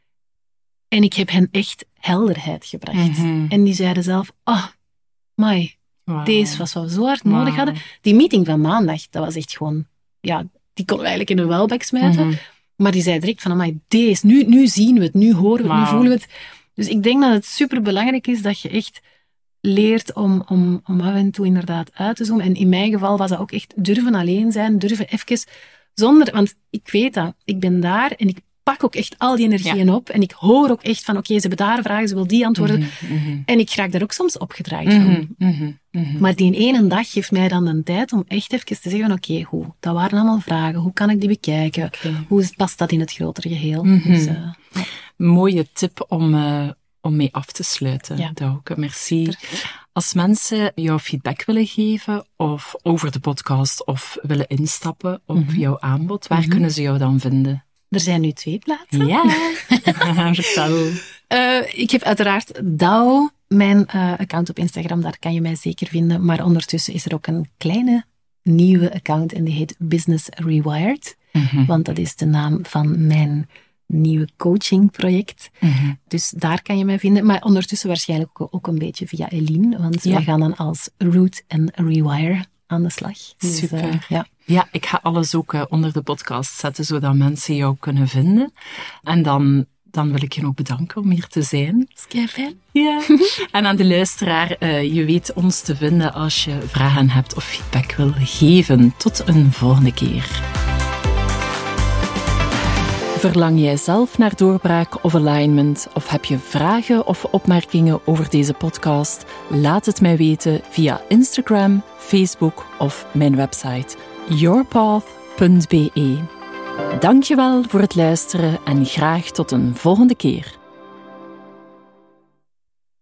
en ik heb hen echt helderheid gebracht. Mm-hmm. En die zeiden zelf, oh, mai, wow. deze was wat we zo hard wow. nodig hadden. Die meeting van maandag, dat was echt gewoon, ja, die konden we eigenlijk in een welbak smijten. Mm-hmm. Maar die zei direct van, amai, deze, nu, nu zien we het, nu horen we het, wow. nu voelen we het. Dus ik denk dat het superbelangrijk is dat je echt leert om, om, om af en toe inderdaad uit te zoomen. En in mijn geval was dat ook echt durven alleen zijn, durven even zonder... Want ik weet dat, ik ben daar en ik pak ook echt al die energieën ja. op. En ik hoor ook echt van, oké, okay, ze hebben daar vragen, ze wil die antwoorden. Mm-hmm, mm-hmm. En ik raak daar ook soms opgedraaid van. Mm-hmm, mm-hmm, mm-hmm. Maar die ene dag geeft mij dan de tijd om echt even te zeggen van, oké, okay, hoe? Dat waren allemaal vragen. Hoe kan ik die bekijken? Okay. Hoe past dat in het grotere geheel? Mm-hmm. Dus, uh, ja. Mooie tip om, uh, om mee af te sluiten, ja. Douwke. Merci. Perfect. Als mensen jou feedback willen geven of over de podcast of willen instappen op mm-hmm. jouw aanbod, waar mm-hmm. kunnen ze jou dan vinden? Er zijn nu twee plaatsen. Ja, vertel. uh, ik heb uiteraard Douw, mijn uh, account op Instagram, daar kan je mij zeker vinden. Maar ondertussen is er ook een kleine nieuwe account en die heet Business Rewired. Mm-hmm. Want dat is de naam van mijn nieuwe coachingproject. Mm-hmm. Dus daar kan je mij vinden. Maar ondertussen waarschijnlijk ook, ook een beetje via Eline, want ja. we gaan dan als Root en Rewire aan de slag. Dus, super. Uh, ja. Ja, ik ga alles ook uh, onder de podcast zetten, zodat mensen jou kunnen vinden. En dan, dan wil ik je ook bedanken om hier te zijn. Is fijn. Ja. En aan de luisteraar, uh, je weet ons te vinden als je vragen hebt of feedback wil geven. Tot een volgende keer. Verlang jij zelf naar doorbraak of alignment? Of heb je vragen of opmerkingen over deze podcast? Laat het mij weten via Instagram, Facebook of mijn website yourpath punt be. Dankjewel voor het luisteren en graag tot een volgende keer.